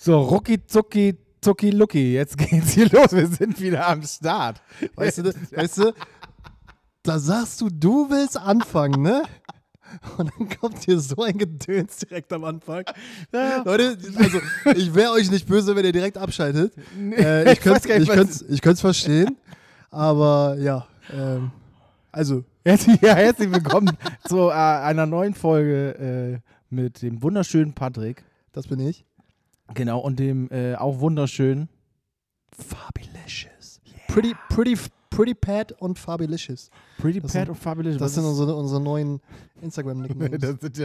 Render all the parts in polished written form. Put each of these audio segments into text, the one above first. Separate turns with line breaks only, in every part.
So, rucki zucki zucki lucki, jetzt geht's hier los, wir sind wieder am Start.
Weißt du, da sagst du willst anfangen, ne? Und dann kommt hier so ein Gedöns direkt am Anfang. Ja. Leute, also ich wäre euch nicht böse, wenn ihr direkt abschaltet. Ich könnte es verstehen, aber ja, also.
Herzlich willkommen zu einer neuen Folge mit dem wunderschönen Patrick.
Das bin ich.
Genau, und dem auch wunderschönen
Fabylicious. Yeah. Pretty Pat und Fabylicious.
Pretty Pat und Fabylicious.
Das sind unsere neuen Instagram-Nicknames.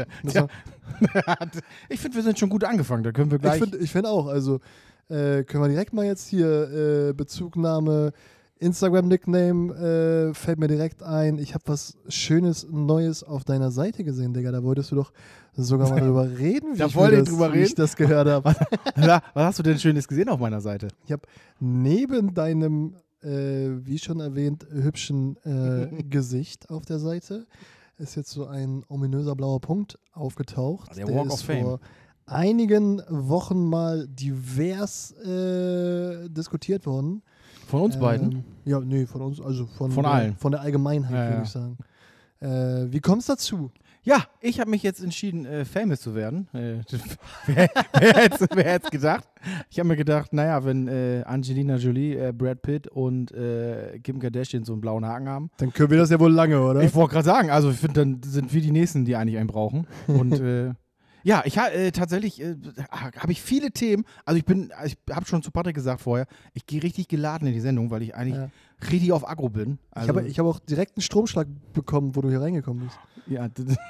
Ich finde, wir sind schon gut angefangen. Da können wir gleich.
Ich finde auch. Also können wir direkt mal jetzt hier Bezugnahme Instagram-Nickname fällt mir direkt ein. Ich habe was Schönes, Neues auf deiner Seite gesehen, Digga. Da wolltest du doch sogar mal drüber reden, wie ich das gehört habe.
Was hast du denn Schönes gesehen auf meiner Seite?
Ich habe neben deinem, wie schon erwähnt, hübschen Gesicht auf der Seite ist jetzt so ein ominöser blauer Punkt aufgetaucht.
Der Walk of Fame.
Vor einigen Wochen mal divers diskutiert worden.
Von uns beiden?
Ja, nee, von uns, also von
allen.
Von der Allgemeinheit, würde ich sagen. Wie kommst du dazu?
Ja, ich habe mich jetzt entschieden, famous zu werden. Wer hätte es gedacht? Ich habe mir gedacht, naja, wenn Angelina Jolie, Brad Pitt und Kim Kardashian so einen blauen Haken haben.
Dann können wir das ja wohl lange, oder?
Ich wollte gerade sagen, also ich finde, dann sind wir die Nächsten, die eigentlich einen brauchen. Und ja, ich tatsächlich habe ich viele Themen. Also ich habe schon zu Patrick gesagt vorher, ich gehe richtig geladen in die Sendung, weil ich eigentlich richtig auf Aggro bin. Also,
ich habe auch direkt einen Stromschlag bekommen, wo du hier reingekommen bist.
Ja,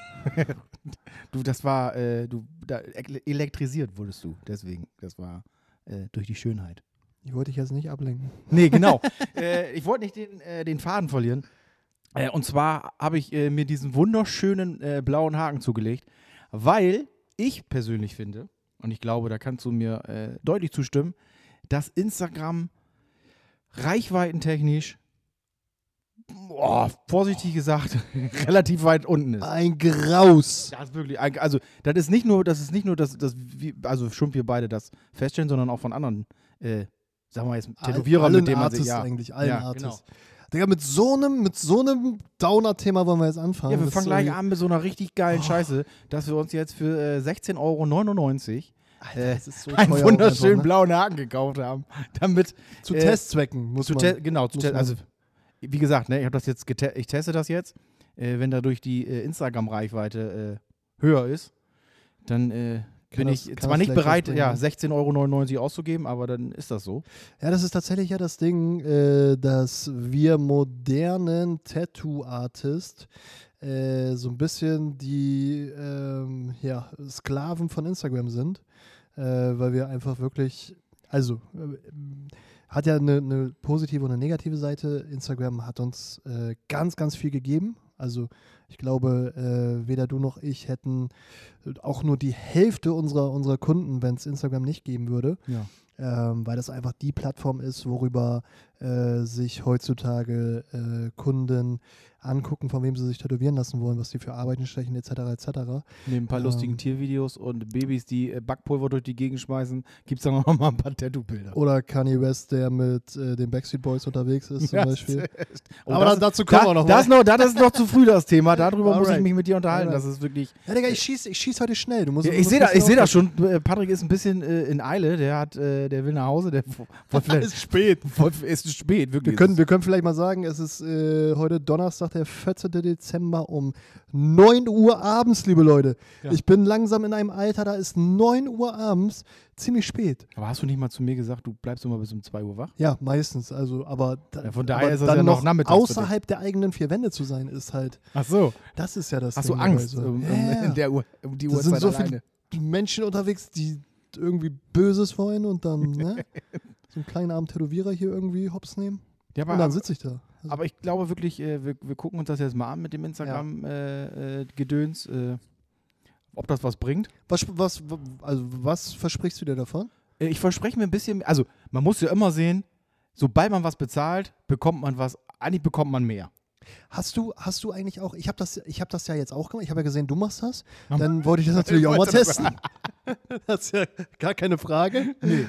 das war, elektrisiert wurdest du, deswegen. Das war durch die Schönheit.
Ich wollte dich jetzt nicht ablenken.
Nee, genau. Ich wollte nicht den Faden verlieren. Und zwar habe ich mir diesen wunderschönen blauen Haken zugelegt, weil ich persönlich finde, und ich glaube, da kannst du mir deutlich zustimmen, dass Instagram reichweitentechnisch, vorsichtig gesagt, relativ weit unten ist.
Ein Graus.
Das ist wirklich, also das ist nicht nur, dass also schon wir beide das feststellen, sondern auch von anderen, sagen wir jetzt, Tätowierern, mit denen man sich,
eigentlich, allen Artists. Genau. Digga, mit so einem Downer-Thema wollen wir jetzt anfangen.
Ja, wir fangen gleich an mit so einer richtig geilen Scheiße, dass wir uns jetzt für 16,99 € einen wunderschönen blauen Haken gekauft haben. Damit,
zu Testzwecken muss man.
Genau, also wie gesagt, ne, ich teste das jetzt. Wenn dadurch die Instagram-Reichweite höher ist, dann bin ich zwar nicht bereit, 16,99 € auszugeben, aber dann ist das so.
Ja, das ist tatsächlich ja das Ding, dass wir modernen Tattoo-Artists so ein bisschen die Sklaven von Instagram sind, weil wir einfach wirklich, also hat ja eine positive und eine negative Seite. Instagram hat uns ganz, ganz viel gegeben. Also ich glaube, weder du noch ich hätten auch nur die Hälfte unserer Kunden, wenn es Instagram nicht geben würde. Ja. Weil das einfach die Plattform ist, worüber sich heutzutage Kunden angucken, von wem sie sich tätowieren lassen wollen, was die für Arbeiten stechen, etc. etc.
Neben ein paar lustigen Tiervideos und Babys, die Backpulver durch die Gegend schmeißen, gibt es dann noch mal ein paar Tattoo-Bilder.
Oder Kanye West, der mit den Backstreet Boys unterwegs ist, zum Beispiel. Aber dazu kommen wir noch mal.
Das ist noch zu früh, das Thema. Darüber muss ich mich mit dir unterhalten. Das ist wirklich...
Ja, Digga, ich schieß heute schnell.
Ich sehe das schon. Patrick ist ein bisschen in Eile. Der will nach Hause.
Ist spät.
Ist spät, wirklich.
Wir können vielleicht mal sagen, es ist heute Donnerstag, der 14. Dezember um 9 Uhr abends, liebe Leute. Ja. Ich bin langsam in einem Alter, da ist 9 Uhr abends ziemlich spät.
Aber hast du nicht mal zu mir gesagt, du bleibst immer bis um 2 Uhr wach?
Ja, meistens. Also, aber
von daher ist es
dann
ja noch nachmittags
außerhalb der eigenen 4 Wände zu sein, ist halt.
Ach so.
Das ist ja das
Hast Ding. Hast du Angst
in
der um die
Uhrzeit
alleine?
Da sind so viele Menschen unterwegs, die irgendwie Böses wollen und dann ne, so einen kleinen armen Tätowierer hier irgendwie hops nehmen. Ja, und dann sitze ich da.
Also aber ich glaube wirklich, wir gucken uns das jetzt mal an mit dem Instagram-Gedöns, ob das was bringt.
Was versprichst du dir davon?
Ich verspreche mir ein bisschen, also man muss ja immer sehen, sobald man was bezahlt, bekommt man was, eigentlich bekommt man mehr.
Hast du eigentlich auch, ich hab das ja jetzt auch gemacht, ich habe ja gesehen, du machst das,
Ja.
dann wollte ich das natürlich auch mal
Wolltest du
testen. Das ist ja gar keine Frage.
Nee.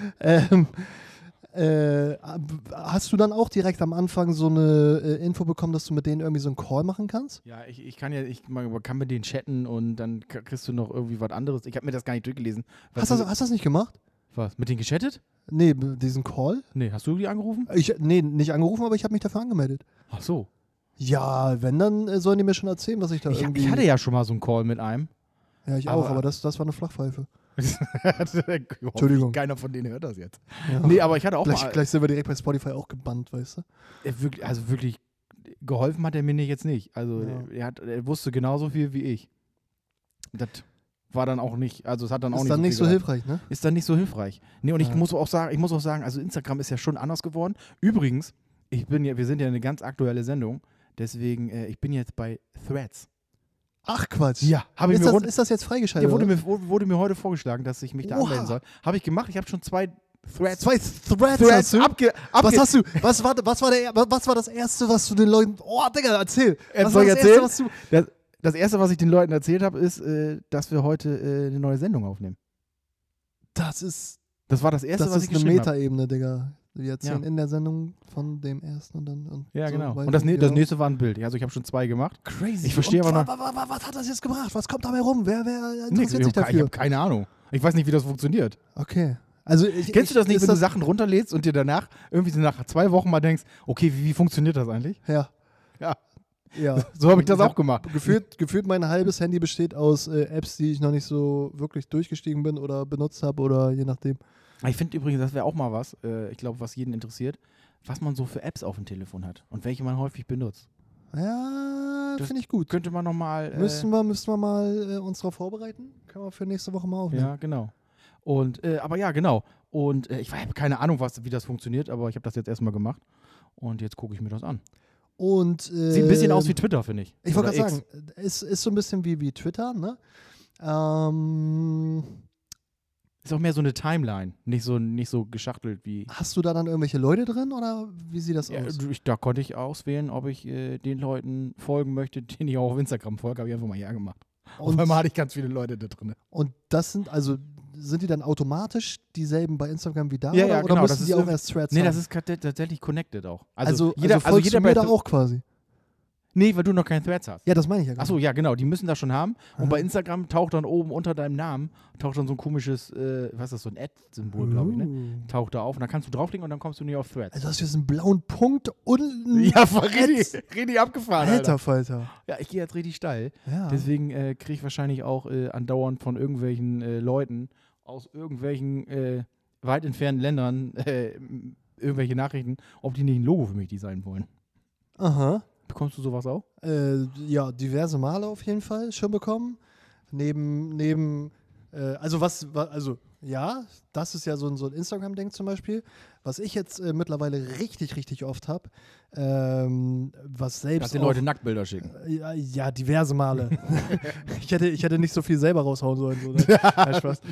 Hast du dann auch direkt am Anfang so eine Info bekommen, dass du mit denen irgendwie so einen Call machen kannst?
Ja, man kann mit denen chatten und dann kriegst du noch irgendwie was anderes. Ich habe mir das gar nicht durchgelesen.
Hast du das nicht gemacht?
Was? Mit denen gechattet?
Nee, diesen Call?
Nee, hast du die angerufen?
Nee, nicht angerufen, aber ich habe mich dafür angemeldet.
Ach so.
Ja, wenn, dann sollen die mir schon erzählen, was ich da irgendwie...
Ich hatte ja schon mal so einen Call mit einem.
Ja, ich auch, aber das war eine Flachpfeife.
Entschuldigung. Keiner von denen hört das jetzt.
Ja.
Nee, aber ich hatte auch
Gleich sind wir direkt bei Spotify auch gebannt, weißt du?
wirklich geholfen hat er mir jetzt nicht. Also
Ja.
er wusste genauso viel wie ich. Das war dann auch nicht, also es hat dann auch
Ist
nicht
dann
so
nicht
viel
so
geholfen.
hilfreich, ne?
Ist dann nicht so hilfreich. Nee, und
Ja.
ich muss auch sagen, also Instagram ist ja schon anders geworden. Übrigens, wir sind ja eine ganz aktuelle Sendung, deswegen, ich bin jetzt bei Threads.
Ach Quatsch.
Ja, habe ich
Ist
mir
das, ist das jetzt freigeschaltet?
ja,
oder?
wurde mir heute vorgeschlagen, dass ich mich da
Oha.
anmelden soll. Habe ich gemacht, ich habe schon 2 Threads.
2 Threads hast du? Was hast du? Was war das Erste, was du den Leuten... Oh, Digga, erzähl. Was
Soll
war
ich
das Erste,
erzählen?
was du...
Das Erste, was ich den Leuten erzählt habe, ist, dass wir heute eine neue Sendung aufnehmen.
Das ist
Das war das Erste, was ich
eine
geschrieben habe.
Metaebene, Digga. Wir erzählen
Ja.
in der Sendung von dem Ersten und dann... Und
Ja,
so
genau.
weiter.
Und das
Genau.
nächste war ein Bild. Also ich habe schon 2 gemacht.
Crazy.
Ich verstehe
Und
aber noch-
Was hat das jetzt gebracht? Was kommt dabei rum? Wer
Nix,
interessiert sich
ich
dafür?
habe keine Ahnung. Ich weiß nicht, wie das funktioniert.
Okay. Also
Kennst du das nicht,
ist
wenn du Sachen runterlädst und dir danach irgendwie so nach 2 Wochen mal denkst, okay, wie funktioniert das eigentlich?
Ja.
Ja,
Ja.
so habe ich das
Ich
auch gemacht.
Gefühlt mein halbes Handy besteht aus Apps, die ich noch nicht so wirklich durchgestiegen bin oder benutzt habe oder je nachdem.
Ich finde übrigens, das wäre auch mal was, ich glaube, was jeden interessiert, was man so für Apps auf dem Telefon hat und welche man häufig benutzt.
Ja,
Das
finde ich gut.
Könnte man nochmal...
Müssen wir mal uns darauf vorbereiten? Können wir für nächste Woche mal aufnehmen.
Ja, genau. Und, aber ja, genau. Und ich habe keine Ahnung, wie das funktioniert, aber ich habe das jetzt erstmal gemacht. Und jetzt gucke ich mir das an.
Und,
Sieht ein bisschen aus wie Twitter, finde ich.
Ich wollte
Oder
gerade
X.
sagen, es ist so ein bisschen wie Twitter, ne?
Ist auch mehr so eine Timeline. Nicht so geschachtelt wie.
Hast du da dann irgendwelche Leute drin oder wie sieht das
Ja,
aus?
da konnte ich auswählen, ob ich den Leuten folgen möchte, denen ich auch auf Instagram folge. Habe ich einfach mal ja gemacht. Auf einmal hatte ich ganz viele Leute da drin.
Und das sind die dann automatisch dieselben bei Instagram wie da?
Ja,
oder,
ja,
oder
genau,
müssen
das
die
ist
auch
irgendwie-
erst Threads
Nee,
haben?
das ist tatsächlich connected auch.
Also
jeder
folgst du mir
bei
da auch quasi?
Nee, weil du noch keinen Threads hast.
Ja, das meine ich ja gar
Achso, ja, genau, die müssen das schon haben. Und
Aha.
bei Instagram taucht dann oben unter deinem Namen, taucht dann so ein komisches, was ist das, so ein Ad-Symbol, glaube ich, ne? Taucht da auf und dann kannst du draufklicken und dann kommst du nie auf Threads.
Also hast du jetzt einen blauen Punkt unten.
Ja, war richtig abgefahren,
Alter
Alter.
Falter.
Ja, ich gehe jetzt richtig steil.
Ja.
Deswegen kriege ich wahrscheinlich auch andauernd von irgendwelchen Leuten aus irgendwelchen weit entfernten Ländern irgendwelche Nachrichten, ob die nicht ein Logo für mich designen wollen.
Aha.
Bekommst du sowas auch?
Ja, diverse Male auf jeden Fall schon bekommen. Ja, das ist ja so ein Instagram-Ding zum Beispiel. Was ich jetzt mittlerweile richtig, richtig oft habe, was selbst
Dass die
auch-
Leute Nacktbilder schicken.
Ja, diverse Male. ich hätte nicht so viel selber raushauen sollen. So, ne? Nein, Spaß.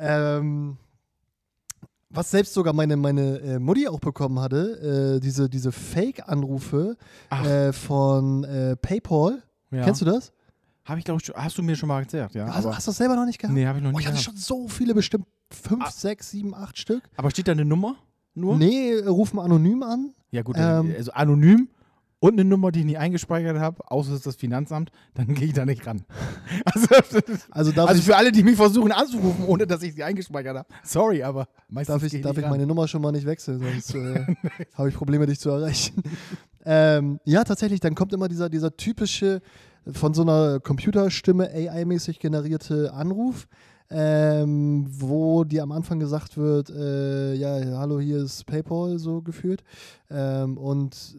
Was selbst sogar meine Mutti auch bekommen hatte, diese Fake-Anrufe
Ach.
von PayPal.
Ja.
Kennst du das?
Habe ich, glaube ich, hast du mir schon mal gesagt, ja.
Hast du
aber,
das selber noch nicht gehabt?
nee, habe ich noch
Oh,
nicht
ich hatte
gehabt.
schon so viele, bestimmt 5, 6, 7, 8 Stück.
Aber steht da eine Nummer nur?
Nee, rufen anonym an.
Ja gut,
Ähm.
also anonym und eine Nummer, die ich nicht eingespeichert habe, außer es ist das Finanzamt, dann gehe ich da nicht ran.
Also darf
Also
ich,
für alle, die mich versuchen anzurufen, ohne dass ich sie eingespeichert habe. Sorry, aber meistens
darf
gehe
ich,
ich
darf
nicht
ich
ran.
meine Nummer schon mal nicht wechseln, sonst habe ich Probleme, dich zu erreichen. Ja, tatsächlich, dann kommt immer dieser typische, von so einer Computerstimme AI-mäßig generierte Anruf, wo dir am Anfang gesagt wird, ja, hallo, hier ist PayPal, so gefühlt. Und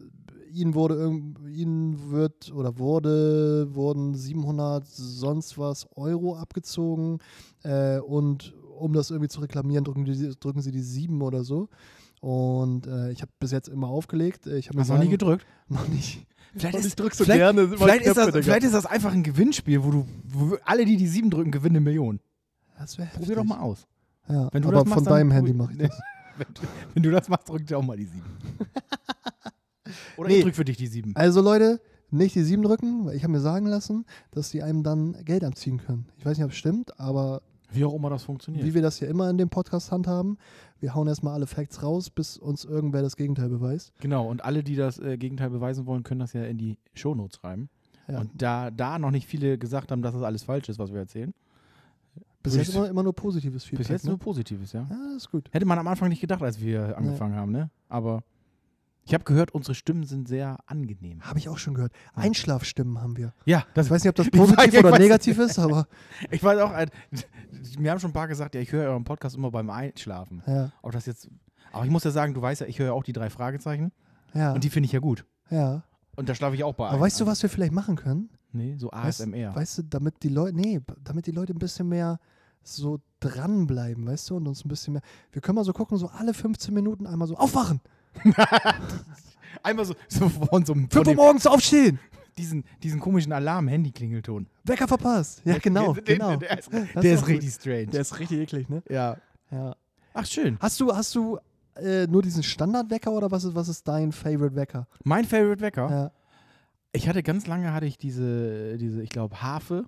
wurden 700 sonst was Euro abgezogen und um das irgendwie zu reklamieren, drücken sie die 7 oder so. Und ich habe bis jetzt immer aufgelegt. Ich habe
Hast du noch nie gedrückt?
Noch nicht.
Vielleicht,
Ich drück so gerne immer
vielleicht, ist
Knöpfe,
das,
Digga.
vielleicht ist das einfach ein Gewinnspiel, wo alle, die 7 drücken, gewinnen 1 Million.
Das wäre
Probier doch mal aus.
Ja,
Wenn du
aber
das machst,
von
dann
deinem
probier-
Handy mache ich das.
Wenn du das machst, drück dir auch mal die 7. Oder
Nee.
ich drück für dich die 7.
Also Leute, nicht die 7 drücken, weil ich habe mir sagen lassen, dass die einem dann Geld abziehen können. Ich weiß nicht, ob es stimmt, aber
Wie auch immer das funktioniert.
wie wir das ja immer in dem Podcast handhaben, wir hauen erstmal alle Facts raus, bis uns irgendwer das Gegenteil beweist.
Genau, und alle, die das Gegenteil beweisen wollen, können das ja in die Shownotes schreiben.
Ja.
Und da noch nicht viele gesagt haben, dass das alles falsch ist, was wir erzählen.
Bis jetzt immer nur positives Feedback.
Bis jetzt
ne?
nur Positives, ja.
Ja, das ist gut.
Hätte man am Anfang nicht gedacht, als wir angefangen haben, ne? Aber ich habe gehört, unsere Stimmen sind sehr angenehm.
Habe ich auch schon gehört. Einschlafstimmen haben wir.
Ja,
Ich weiß nicht, ob das
Ich weiß-
positiv
ich
oder
weiß-
negativ ist, aber
ich weiß auch, mir haben schon ein paar gesagt, ja, ich höre euren Podcast immer beim Einschlafen.
ja.
Ob das jetzt, aber ich muss ja sagen, du weißt ja, ich höre ja auch die 3 Fragezeichen
Ja.
und die finde ich ja gut.
Ja.
Und da schlafe ich auch bei
Aber
ein.
weißt du, was wir vielleicht machen können?
Nee, so ASMR.
Weißt du, damit die Leute ein bisschen mehr so dranbleiben, weißt du, und uns ein bisschen mehr. Wir können mal so gucken, so alle 15 Minuten einmal so aufwachen.
Einmal so von so einem
5 Uhr morgens aufstehen.
diesen komischen Alarm-Handy-Klingelton.
Wecker verpasst. Ja, genau. genau.
Der ist,
Das
der
ist
ist
auch
richtig strange.
Der ist richtig eklig, ne?
Ja.
Ja.
Ach, schön.
Hast du nur diesen Standardwecker oder was ist dein Favorite Wecker?
Mein Favorite Wecker.
Ja.
Ich hatte ganz lange diese ich glaube, Harfe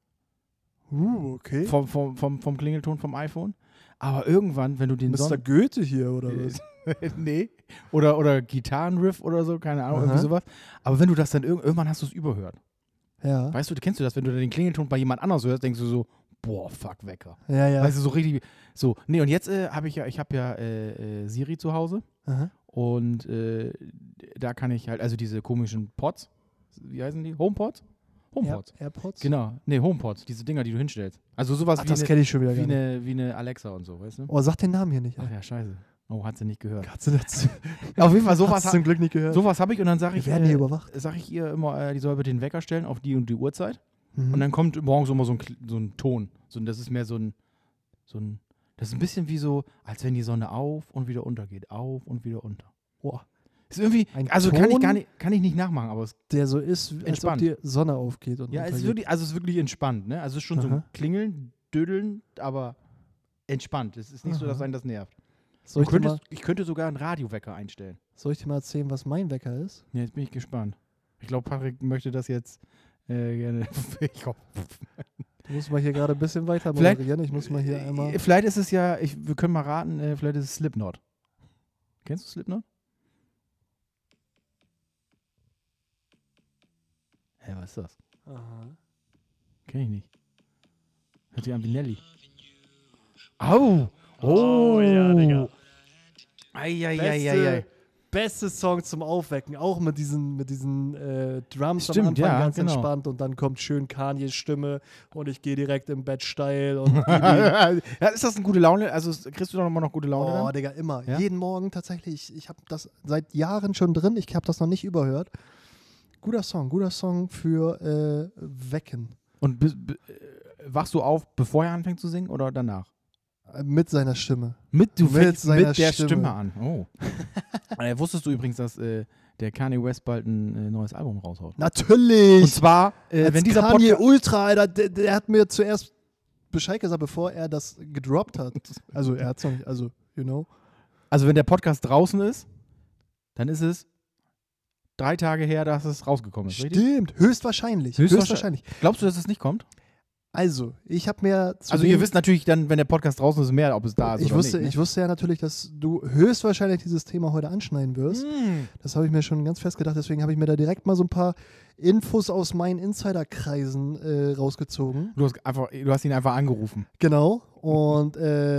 Okay.
vom Klingelton vom iPhone. Aber irgendwann, wenn du den
Mr. Goethe hier oder was?
nee. Oder Gitarrenriff oder so, keine Ahnung, irgendwie
Aha.
sowas. Aber wenn du das dann irgendwann hast du es überhört.
Ja.
Weißt du, kennst du das, wenn du dann den Klingelton bei jemand anders hörst, denkst du so, boah, fuck, Wecker.
Ja, ja.
Weißt du, so richtig, so. Nee, und jetzt habe ich ja Siri zu Hause
Aha.
und da kann ich halt, also diese komischen Pods, wie heißen die? HomePods? HomePods.
AirPods?
Genau. Nee, HomePods, diese Dinger, die du hinstellst. Also sowas
Ach,
wie,
das kenne ich schon wieder
wie,
gar nicht.
wie eine Alexa und so, weißt du?
Oh, sag den Namen hier nicht.
Ach ja, scheiße. Oh, hat sie nicht gehört.
Hat sie das
Auf jeden Fall, sowas,
zum Glück nicht gehört.
sowas habe ich und dann sage
Wir
ich,
werden hier überwacht.
sag ich ihr immer, die soll bitte den Wecker stellen auf die und die Uhrzeit.
Mhm.
Und dann kommt morgens immer so ein Ton. Das ist mehr so ein, das ist ein bisschen wie so, als wenn die Sonne auf und wieder untergeht. Auf und wieder unter.
Boah.
Ist irgendwie,
Ein
also
Ton?
kann ich nicht nachmachen, aber es,
Der so ist, als ob
Entspannt.
die Sonne aufgeht. Und
ja, es ist
untergeht.
wirklich, also es ist wirklich entspannt, ne? Also es ist schon so ein
Aha.
Klingeln, Dödeln, aber entspannt. Es ist nicht so, dass
Aha.
einen das nervt.
Soll
Ich könnte sogar einen Radiowecker einstellen.
ich dir mal erzählen, was mein Wecker ist?
Ja, jetzt bin ich gespannt. Ich glaube, Patrick möchte das jetzt gerne. Ich hoffe.
Du musst mal hier gerade ein bisschen weiter
Vielleicht-
moderieren. Ich muss mal hier einmal.
Vielleicht ist es ja, wir können mal raten, vielleicht ist es Slipknot. Kennst du Slipknot? Hä, was ist das?
Aha.
Kenn ich nicht. Hört sich an wie Nelly. Au!
Oh, ja, Digga.
Eieieiei.
Beste Song zum Aufwecken, auch mit diesen Drums am
Stimmt,
Anfang
ja,
ganz
genau.
entspannt und dann kommt schön Kanye's Stimme und ich gehe direkt im Bett steil und
Ja, ist das eine gute Laune? Also kriegst du doch immer noch gute Laune?
oh,
dann?
Digga, immer.
Ja?
Jeden Morgen tatsächlich. Ich habe das seit Jahren schon drin. Ich habe das noch nicht überhört. Guter Song für Wecken.
Und wachst du auf, bevor er anfängt zu singen oder danach?
Mit seiner Stimme.
Du
Mit
fängst
seiner
mit der
Stimme.
Stimme an. Oh. Wusstest du übrigens, dass der Kanye West bald ein neues Album raushaut?
Natürlich!
Und zwar,
Als
wenn dieser
Kanye
Podcast...
Ultra, Alter, der hat mir zuerst Bescheid gesagt, bevor er das gedroppt hat. Also er hat's noch nicht, also, you know.
Also wenn der Podcast draußen ist, dann ist es 3 Tage her, dass es rausgekommen ist, richtig?
Stimmt, höchstwahrscheinlich.
Höchstwahrscheinlich. Glaubst du, dass es nicht kommt?
Also, ich habe mir zu
Also
dem-
ihr wisst natürlich dann, wenn der Podcast draußen ist, mehr, ob es da ist
ich
oder
wusste,
nicht.
ich wusste ja natürlich, dass du höchstwahrscheinlich dieses Thema heute anschneiden wirst.
Hm.
Das habe ich mir schon ganz fest gedacht, deswegen habe ich mir da direkt mal so ein paar Infos aus meinen Insiderkreisen rausgezogen.
Du hast ihn einfach angerufen.
Genau. Und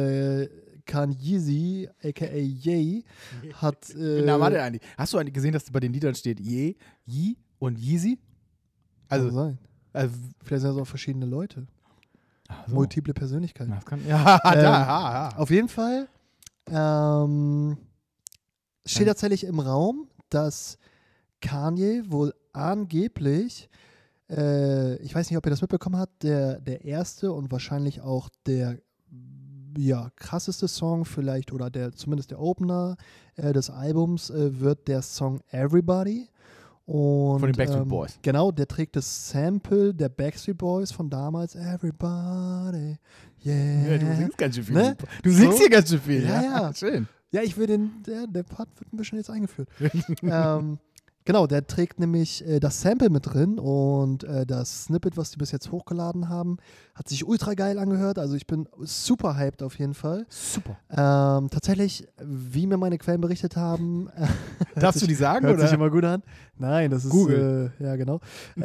Kanye, aka Ye, hat.
Welchen Namen hat er eigentlich? Hast du eigentlich gesehen, dass bei den Liedern steht Ye und Yeezy?
Kann
Also,
sein. Vielleicht sind das auch verschiedene Leute.
ach so.
Multiple Persönlichkeiten.
Das kann, ja, da.
Auf jeden Fall steht tatsächlich im Raum, dass Kanye wohl angeblich, ich weiß nicht, ob ihr das mitbekommen habt, der erste und wahrscheinlich auch der krasseste Song vielleicht oder zumindest der Opener des Albums wird der Song Everybody. Und,
Von den Backstreet Boys.
Genau, der trägt das Sample der Backstreet Boys von damals. Everybody, yeah.
Ja, du singst ganz schön viel.
Ne?
Du singst
So?
hier ganz schön viel.
Ja, ja.
Schön.
Ja, ich will der Part wird ein bisschen jetzt eingeführt. Genau, der trägt nämlich das Sample mit drin und das Snippet, was die bis jetzt hochgeladen haben, hat sich ultra geil angehört. Also ich bin super hyped auf jeden Fall.
Super.
Tatsächlich, wie mir meine Quellen berichtet haben,
Darfst du die sagen,
hört
oder?
sich immer gut an. Nein, das ist
Google.
ja genau.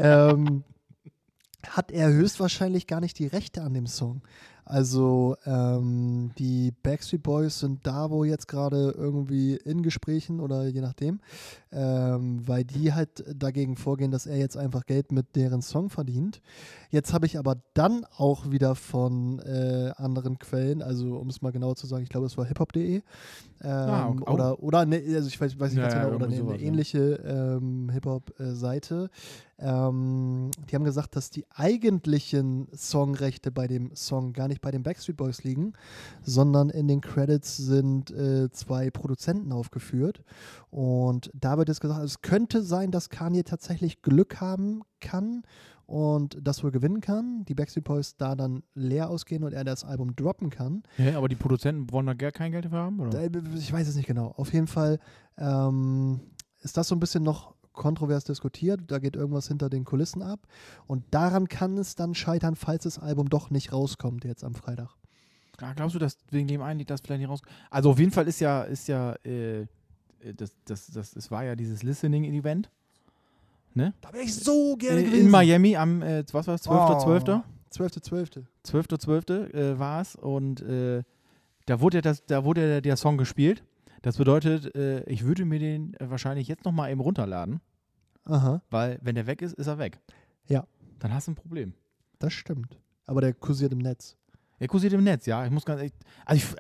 Hat er höchstwahrscheinlich gar nicht die Rechte an dem Song. Also die Backstreet Boys sind da wohl jetzt gerade irgendwie in Gesprächen oder je nachdem, weil die halt dagegen vorgehen, dass er jetzt einfach Geld mit deren Song verdient. Jetzt habe ich aber dann auch wieder von anderen Quellen, also um es mal genau zu sagen, ich glaube, es war hiphop.de oder ne, also ich weiß nicht ganz genau, oder eine ähnliche Hip-Hop-Seite. Die haben gesagt, dass die eigentlichen Songrechte bei dem Song gar nicht bei den Backstreet Boys liegen, sondern in den Credits sind 2 Produzenten aufgeführt. Und da wird jetzt gesagt, es könnte sein, dass Kanye tatsächlich Glück haben kann und das wohl gewinnen kann, die Backstreet Boys da dann leer ausgehen und er das Album droppen kann.
Ja, aber die Produzenten wollen da gar kein Geld dafür haben, oder?
Ich weiß es nicht genau. Auf jeden Fall ist das so ein bisschen noch kontrovers diskutiert. Da geht irgendwas hinter den Kulissen ab. Und daran kann es dann scheitern, falls das Album doch nicht rauskommt jetzt am Freitag.
Ja, glaubst du, dass wegen dem einen Lied das vielleicht nicht rauskommt? Also auf jeden Fall es war ja dieses Listening-Event. Ne?
Da wäre ich so gerne gewesen.
In Miami am, was war das, 12.12.?
12.12.
12.12. War es und da wurde der Song gespielt. Das bedeutet, ich würde mir den wahrscheinlich jetzt nochmal eben runterladen.
Aha.
Weil, wenn der weg ist, ist er weg.
Ja.
Dann hast du ein Problem.
Das stimmt. Aber der kursiert im Netz.
Er kursiert im Netz, ja. Ich muss ganz ehrlich, also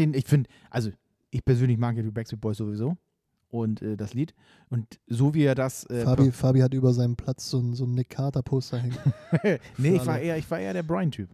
ich persönlich mag ja die Backstreet Boys sowieso. Und das Lied. Und so wie er das.
Fabi hat über seinem Platz so ein Nick Carter-Poster hängen.
Nee, ich war eher der Brian-Typ.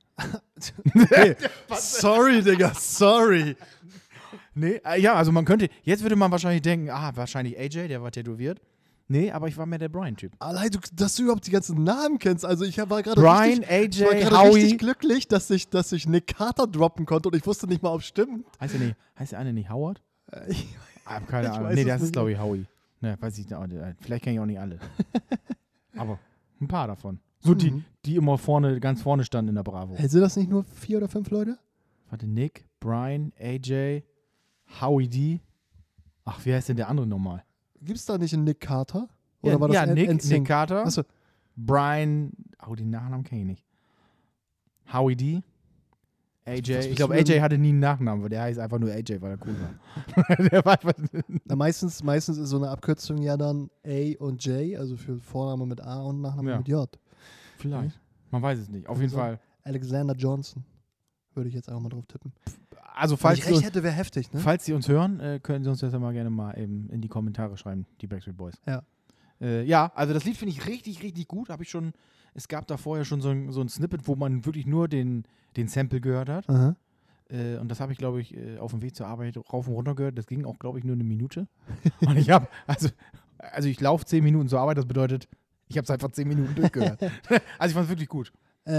Okay. Sorry, Digga, sorry.
Nee, ja, also jetzt würde man wahrscheinlich denken, wahrscheinlich AJ, der war tätowiert. Nee, aber ich war mehr der Brian-Typ.
Allein, dass du überhaupt die ganzen Namen kennst. Also ich war gerade
Brian,
richtig,
AJ, Howie.
richtig glücklich, dass ich Nick Carter droppen konnte und ich wusste nicht mal, ob es stimmt.
Heißt der eine nicht Howard?
Ich
habe keine Ahnung. Nee, das ist, glaube ich, Howie. Ne, weiß ich nicht. Vielleicht kenne ich auch nicht alle. Aber ein paar davon. So die immer ganz vorne standen in der Bravo.
Hey, sind das nicht nur 4 oder 5 Leute?
Warte, Nick, Brian, AJ, Howie D. Ach, wie heißt denn der andere nochmal?
Gibt's da nicht einen Nick Carter? Oder war das
Nick Carter.
Achso.
Brian, den Nachnamen kenne ich nicht. Howie D. AJ. Ich glaube, AJ hatte nie einen Nachnamen, weil der heißt einfach nur AJ, weil er cool war.
Na, meistens ist so eine Abkürzung ja dann A und J, also für Vorname mit A und Nachname mit J.
Vielleicht. Man weiß es nicht. Auf jeden Fall.
Alexander Johnson. Würde ich jetzt einfach mal drauf tippen.
Also, falls
ich recht hätte, wäre heftig, ne?
Falls Sie uns hören, können Sie uns das ja mal gerne mal eben in die Kommentare schreiben, die Backstreet Boys.
Ja.
Ja, also das Lied finde ich richtig, richtig gut. Es gab da vorher schon so ein Snippet, wo man wirklich nur den Sample gehört hat.
Aha.
Und das habe ich, glaube ich, auf dem Weg zur Arbeit rauf und runter gehört. Das ging auch, glaube ich, nur eine Minute. Und ich habe, also ich laufe 10 Minuten zur Arbeit, das bedeutet, ich habe es einfach 10 Minuten durchgehört. Also ich fand es wirklich gut.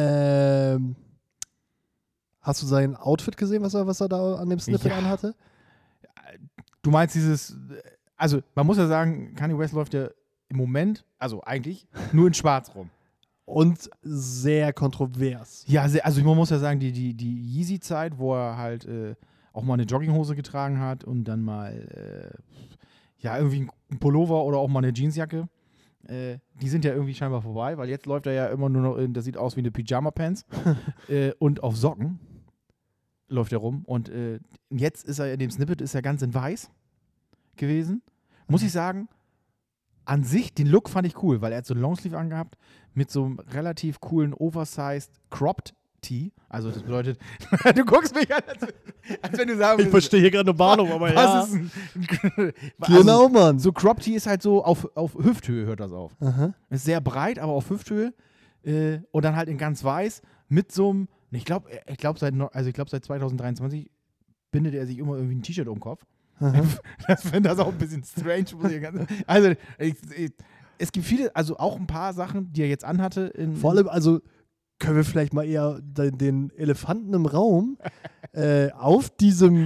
Hast du sein Outfit gesehen, was er da an dem Snippet anhatte?
Du meinst also man muss ja sagen, Kanye West läuft ja im Moment, also eigentlich, nur in Schwarz rum.
Und sehr kontrovers.
Ja, also man muss ja sagen, die Yeezy-Zeit, wo er halt auch mal eine Jogginghose getragen hat und dann mal irgendwie ein Pullover oder auch mal eine Jeansjacke, die sind ja irgendwie scheinbar vorbei, weil jetzt läuft er ja immer nur noch das sieht aus wie eine Pyjama-Pants und auf Socken läuft er rum und jetzt ist er in dem Snippet ist er ganz in weiß gewesen. Muss ich sagen, an sich, den Look fand ich cool, weil er hat so einen Longsleeve angehabt mit so einem relativ coolen Oversized Cropped Tee. Also das bedeutet, du guckst mich an, als wenn du sagen würdest.
Ich verstehe hier gerade eine Bahnhof, aber
was ist
genau, Mann.
So Cropped Tee ist halt so auf Hüfthöhe, hört das auf.
Aha.
Ist sehr breit, aber auf Hüfthöhe und dann halt in ganz weiß mit so einem, ich glaube seit 2023 bindet er sich immer irgendwie ein T-Shirt um den Kopf. Ich finde das auch ein bisschen strange. Also, es gibt viele, also auch ein paar Sachen, die er jetzt anhatte.
Vor allem, also können wir vielleicht mal eher den Elefanten im Raum auf diesem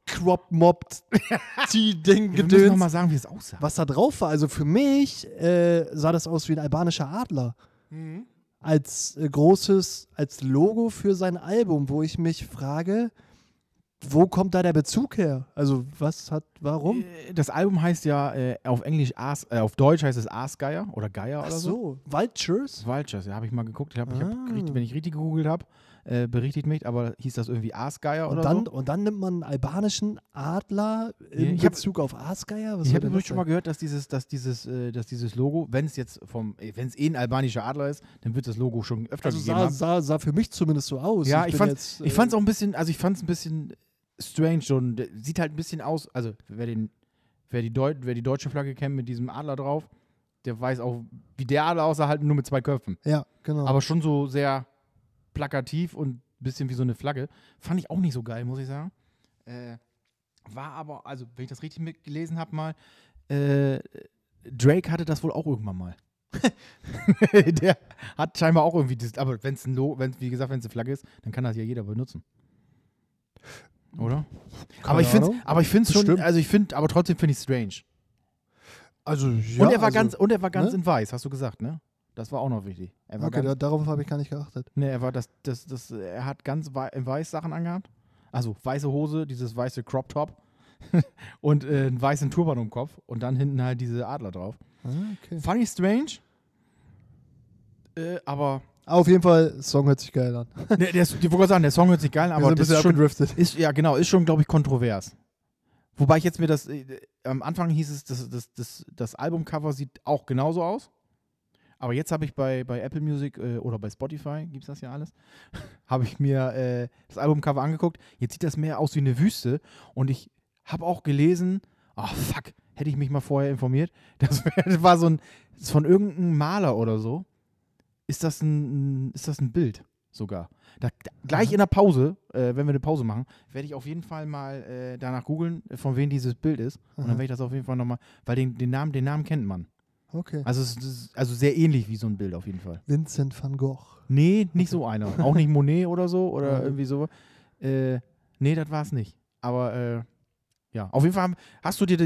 crop-mobbt die Ding
Wir müssen
gedöns.
noch mal sagen, wie es aussah.
Was da drauf war. Also für mich sah das aus wie ein albanischer Adler. Als als Logo für sein Album, wo ich mich frage, wo kommt da der Bezug her? Also warum?
Das Album heißt ja auf Englisch, auf Deutsch heißt es Aasgeier oder Geier
Ach
oder so.
so, Vultures?
Vultures, ja, habe ich mal geguckt. Ich hab, wenn ich richtig gegoogelt habe, berichtigt mich, aber hieß das irgendwie Aasgeier oder so.
Und dann nimmt man einen albanischen Adler in
Ich hab-
Bezug auf Aasgeier? Was
Ich
soll
habe
denn
übrigens
das
schon mal
sein?
gehört, dass dieses Logo, wenn es jetzt wenn es ein albanischer Adler ist, dann wird das Logo schon öfter
Also
gegeben haben.
sah für mich zumindest so aus.
Ja, ich
bin
fand's auch ein bisschen, also ich fand's ein bisschen strange schon. Sieht halt ein bisschen aus, also wer die deutsche Flagge kennt mit diesem Adler drauf, der weiß auch, wie der Adler aussah, halt nur mit 2 Köpfen.
Ja, genau.
Aber schon so sehr plakativ und ein bisschen wie so eine Flagge. Fand ich auch nicht so geil, muss ich sagen. War aber, also wenn ich das richtig mitgelesen habe mal, Drake hatte das wohl auch irgendwann mal. Der hat scheinbar auch irgendwie das, aber wenn es wie gesagt, wenn es eine Flagge ist, dann kann das ja jeder benutzen. Oder? Aber ich finde es schon,
Bestimmt.
also aber trotzdem finde ich es strange.
Also, ja.
Und er war ganz
ne?
in weiß, hast du gesagt, ne? Das war auch noch wichtig. Er war
Okay, darauf habe ich gar nicht geachtet.
Ne, er hat ganz in weiß Sachen angehabt. Also weiße Hose, dieses weiße Crop Top und einen weißen Turban um den Kopf und dann hinten halt diese Adler drauf.
Okay.
Fand ich strange, aber
Auf jeden Fall, Song hört sich geil an.
ich wollte gerade sagen, der Song hört sich geil an,
Wir
aber
sind ein
das
bisschen
ist schon,
abgedriftet.
ja genau, ist schon, glaube ich, kontrovers. Wobei ich jetzt mir am Anfang hieß es, das Albumcover sieht auch genauso aus. Aber jetzt habe ich bei Apple Music oder bei Spotify, gibt es das ja alles, habe ich mir das Albumcover angeguckt. Jetzt sieht das mehr aus wie eine Wüste. Und ich habe auch gelesen, fuck, hätte ich mich mal vorher informiert. Das war ist von irgendeinem Maler oder so. Ist das ein Bild sogar. Gleich in der Pause, wenn wir eine Pause machen, werde ich auf jeden Fall mal danach googeln, von wem dieses Bild ist. Und dann werde ich das auf jeden Fall nochmal, weil den Namen kennt man.
Okay.
Also es ist also sehr ähnlich wie so ein Bild auf jeden Fall.
Vincent van Gogh.
Nee, nicht so einer. Auch nicht Monet oder so oder
Mhm.
irgendwie so. Nee, das war es nicht. Aber ja, auf jeden Fall hast du dir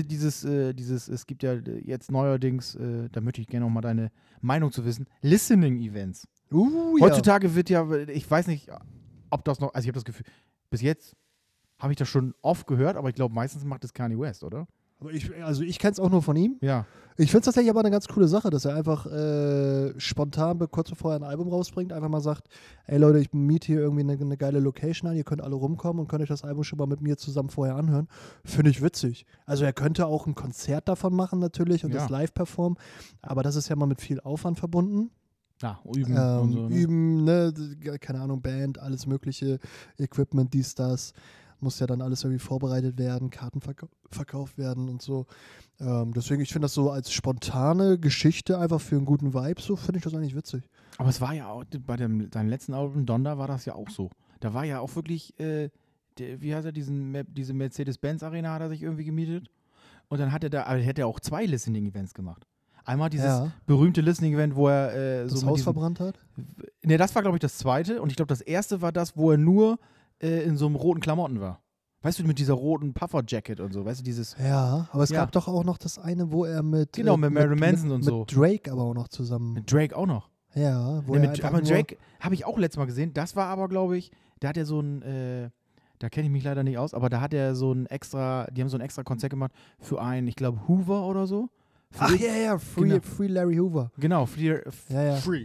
es gibt ja jetzt neuerdings, da möchte ich gerne noch mal deine Meinung zu wissen, Listening-Events.
Ja.
Heutzutage wird ja, ich weiß nicht, ob das noch, also ich habe das Gefühl, bis jetzt habe ich das schon oft gehört, aber ich glaube, meistens macht es Kanye West, oder?
Aber ich kenne es auch nur von ihm.
Ja.
Ich finde es tatsächlich aber eine ganz coole Sache, dass er einfach spontan, kurz bevor er ein Album rausbringt, einfach mal sagt, ey Leute, ich miete hier irgendwie eine geile Location an, ihr könnt alle rumkommen und könnt euch das Album schon mal mit mir zusammen vorher anhören. Finde ich witzig. Also er könnte auch ein Konzert davon machen natürlich und
Ja.
das live performen, aber das ist ja mal mit viel Aufwand verbunden.
Ja, üben und so. Ne?
Üben, ne, keine Ahnung, Band, alles mögliche, Equipment, dies, das. Muss ja dann alles irgendwie vorbereitet werden, Karten verkauft werden und so. Deswegen, ich finde das so als spontane Geschichte einfach für einen guten Vibe, so finde ich das eigentlich witzig.
Aber es war ja auch bei deinem letzten Album, Donda, war das ja auch so. Da war ja auch wirklich, wie heißt er, diese Mercedes-Benz-Arena hat er sich irgendwie gemietet. Und dann hätte er auch 2 Listening-Events gemacht. Einmal dieses berühmte Listening-Event, wo er
Das Haus verbrannt hat?
Ne, das war, glaube ich, das zweite. Und ich glaube, das erste war das, wo er nur in so einem roten Klamotten war. Weißt du, mit dieser roten Puffer-Jacket und so, weißt du, dieses...
Ja, aber es
Ja.
gab doch auch noch das eine, wo er mit...
Genau, mit Marilyn Manson und so.
Mit Drake aber auch noch zusammen.
Mit Drake auch noch.
Ja, wo
Ne,
er einfach
aber
nur,
Drake habe ich auch letztes Mal gesehen. Das war aber, glaube ich, da hat er so ein... da kenne ich mich leider nicht aus, aber da hat er die haben so ein extra Konzert gemacht für einen, ich glaube, Hoover oder so.
Ach ja, Free Larry Hoover.
Genau,
Ja.
Free.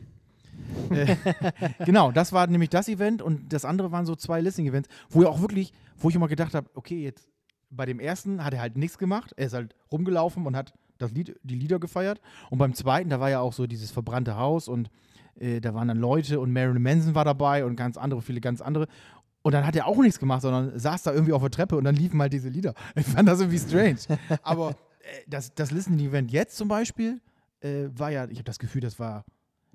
Genau, das war nämlich das Event und das andere waren so 2 Listening-Events, wo ich immer gedacht habe, okay, jetzt bei dem ersten hat er halt nichts gemacht, er ist halt rumgelaufen und hat die Lieder gefeiert und beim zweiten, da war ja auch so dieses verbrannte Haus und da waren dann Leute und Marilyn Manson war dabei und viele ganz andere und dann hat er auch nichts gemacht, sondern saß da irgendwie auf der Treppe und dann liefen halt diese Lieder. Ich fand das irgendwie strange, aber das Listening-Event jetzt zum Beispiel war ja, ich habe das Gefühl, das war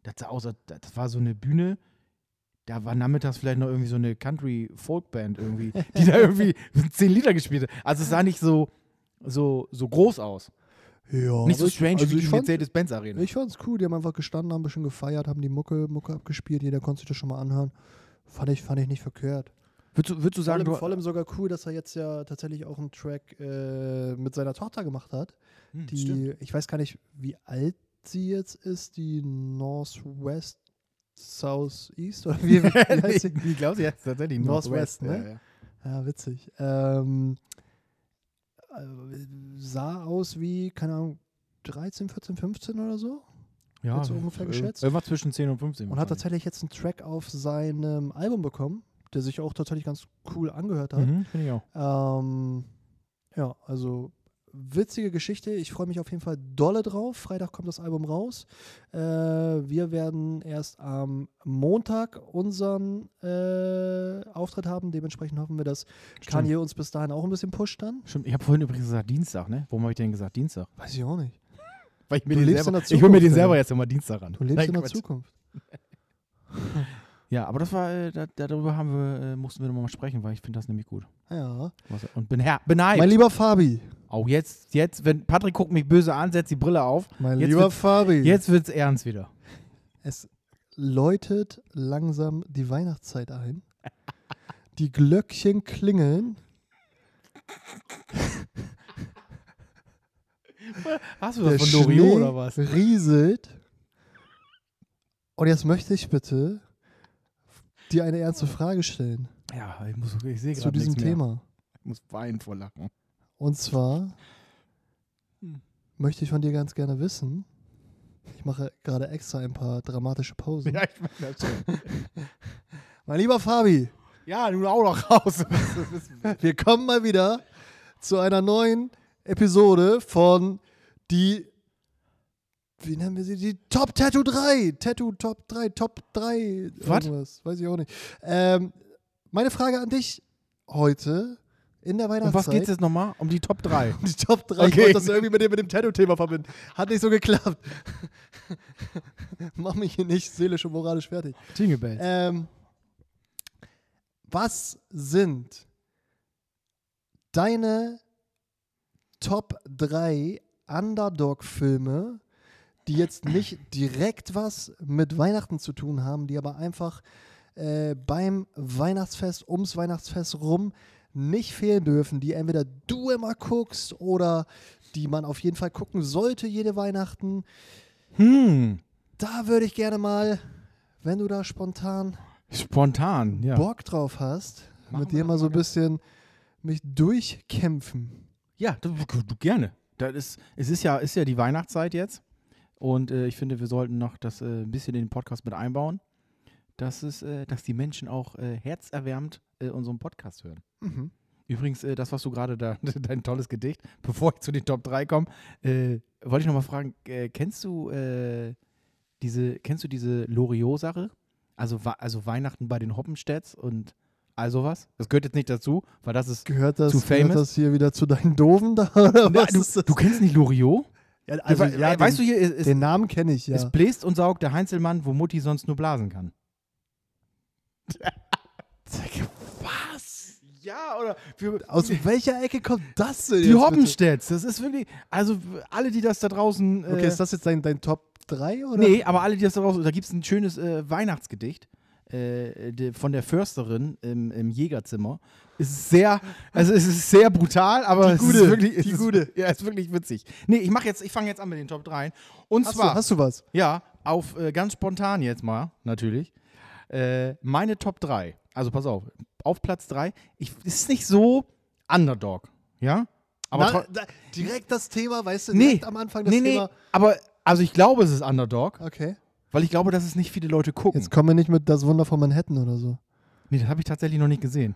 so eine Bühne, da war nachmittags vielleicht noch irgendwie so eine Country-Folk-Band irgendwie, die da irgendwie 10 Lieder gespielt hat. Also es sah nicht so groß aus.
Ja,
Nicht so strange wie die
fand's-
Mercedes-Benz-Arena.
Ich fand's cool, die haben einfach gestanden, haben ein bisschen gefeiert, haben die Mucke abgespielt, jeder konnte sich das schon mal anhören. Fand ich nicht verkehrt.
Würdest du sagen,
Vor allem sogar cool, dass er jetzt ja tatsächlich auch einen Track mit seiner Tochter gemacht hat.
stimmt.
Ich weiß gar nicht, wie alt sie jetzt ist, die Northwest Southeast oder wie heißt sie?
Ich glaube, sie heißt tatsächlich
Northwest,
Northwest,
ne? Ja, witzig. Sah aus wie, keine Ahnung, 13, 14, 15 oder so.
Ja,
Jetzt so ungefähr geschätzt.
Irgendwas zwischen 10 und 15.
Und hat tatsächlich jetzt einen Track auf seinem Album bekommen, der sich auch tatsächlich ganz cool angehört hat.
Finde ich auch.
Ja, also witzige Geschichte. Ich freue mich auf jeden Fall dolle drauf. Freitag kommt das Album raus. Wir werden erst am Montag unseren Auftritt haben. Dementsprechend hoffen wir, dass Kanye uns bis dahin auch ein bisschen pusht dann.
Stimmt. Ich habe vorhin übrigens gesagt Dienstag, ne? Warum habe ich denn gesagt Dienstag?
Weiß ich auch nicht.
Weil ich
Du lebst in der
ich hole mir den
Zukunft,
selber
ja.
jetzt immer Dienstag ran.
Du lebst
Nein,
in der
Quatsch.
Zukunft.
Ja, aber das war, darüber mussten wir nochmal sprechen, weil ich finde das nämlich gut.
Ja.
Und bin hyped.
Mein lieber Fabi.
Auch jetzt, wenn Patrick guckt mich böse an, setzt die Brille auf.
Mein
Jetzt
lieber
wird's-
Fabi.
Jetzt wird's ernst wieder.
Es läutet langsam die Weihnachtszeit ein. Die Glöckchen klingeln.
Hast du
Der
das von Loriot
Schnee
oder was?
rieselt. Und jetzt möchte ich bitte dir eine ernste Frage stellen
Ja, ich sehe
zu
gerade
diesem
nichts mehr.
Thema.
Ich muss weinen vor Lachen.
Und zwar
Hm.
möchte ich von dir ganz gerne wissen, ich mache gerade extra ein paar dramatische Pausen.
Ja, ich meine das schon.
Mein lieber Fabi,
Ja, nun auch noch raus.
wir kommen mal wieder zu einer neuen Episode von wie nennen wir sie? Die Top Tattoo 3. Tattoo Top 3, Top 3.
Was?
Irgendwas, weiß ich auch nicht. Meine Frage an dich heute in der
Um was
Weihnachtszeit.
geht's jetzt nochmal? Um die Top 3.
Die Top 3. Ich
Okay.
wollte das irgendwie mit dem Tattoo-Thema verbinden. Hat nicht so geklappt. Mach mich hier nicht seelisch und moralisch fertig.
Jingle Bells.
Was sind deine Top 3 Underdog-Filme, die jetzt nicht direkt was mit Weihnachten zu tun haben, die aber einfach beim Weihnachtsfest, ums Weihnachtsfest rum nicht fehlen dürfen, die entweder du immer guckst oder die man auf jeden Fall gucken sollte jede Weihnachten. Da würde ich gerne mal, wenn du da spontan
Spontan, ja.
Bock drauf hast,
Machen
mit
wir
dir
das
mal so
mal
ein bisschen mich durchkämpfen.
Ja, du gerne. Es ist ja die Weihnachtszeit jetzt. Und ich finde, wir sollten noch das ein bisschen in den Podcast mit einbauen, dass die Menschen auch herzerwärmend unseren Podcast hören.
Mhm.
Übrigens, das, was du gerade da, dein tolles Gedicht, bevor ich zu den Top 3 komme, wollte ich nochmal fragen, kennst du diese Loriot-Sache? Also Weihnachten bei den Hoppenstedts und all sowas? Das gehört jetzt nicht dazu, weil das ist
Gehört
zu
das
famous.
hier wieder zu deinen Doofen da? Oder
Na,
was ist das?
du kennst nicht Loriot?
Ja, also, ja,
weißt
den,
du hier,
den Namen kenne ich, ja.
es bläst und saugt der Heinzelmann, wo Mutti sonst nur blasen kann. Was? Ja, oder
Aus welcher Ecke kommt das denn
die
jetzt bitte?
Hoppenstedts, das ist wirklich, also alle, die das da draußen
Okay, ist das jetzt dein Top 3? Oder?
nee, aber alle, die das da draußen, da gibt es ein schönes Weihnachtsgedicht von der Försterin im Jägerzimmer. Es ist sehr brutal, aber
Die Gute,
es ist wirklich,
die Gute.
Ja, ist wirklich witzig. Nee, ich fange jetzt an mit den Top 3. Und zwar,
Hast du was?
ja, auf ganz spontan jetzt mal, natürlich. Meine Top 3. Also pass auf Platz 3. Ist nicht so Underdog, ja? Aber
direkt das Thema, weißt du,
Nee,
direkt am Anfang das
nee,
Thema.
aber also ich glaube, es ist Underdog,
Okay.
weil ich glaube, dass es nicht viele Leute gucken.
Jetzt kommen wir nicht mit Das Wunder von Manhattan oder so.
Nee, das habe ich tatsächlich noch nicht gesehen.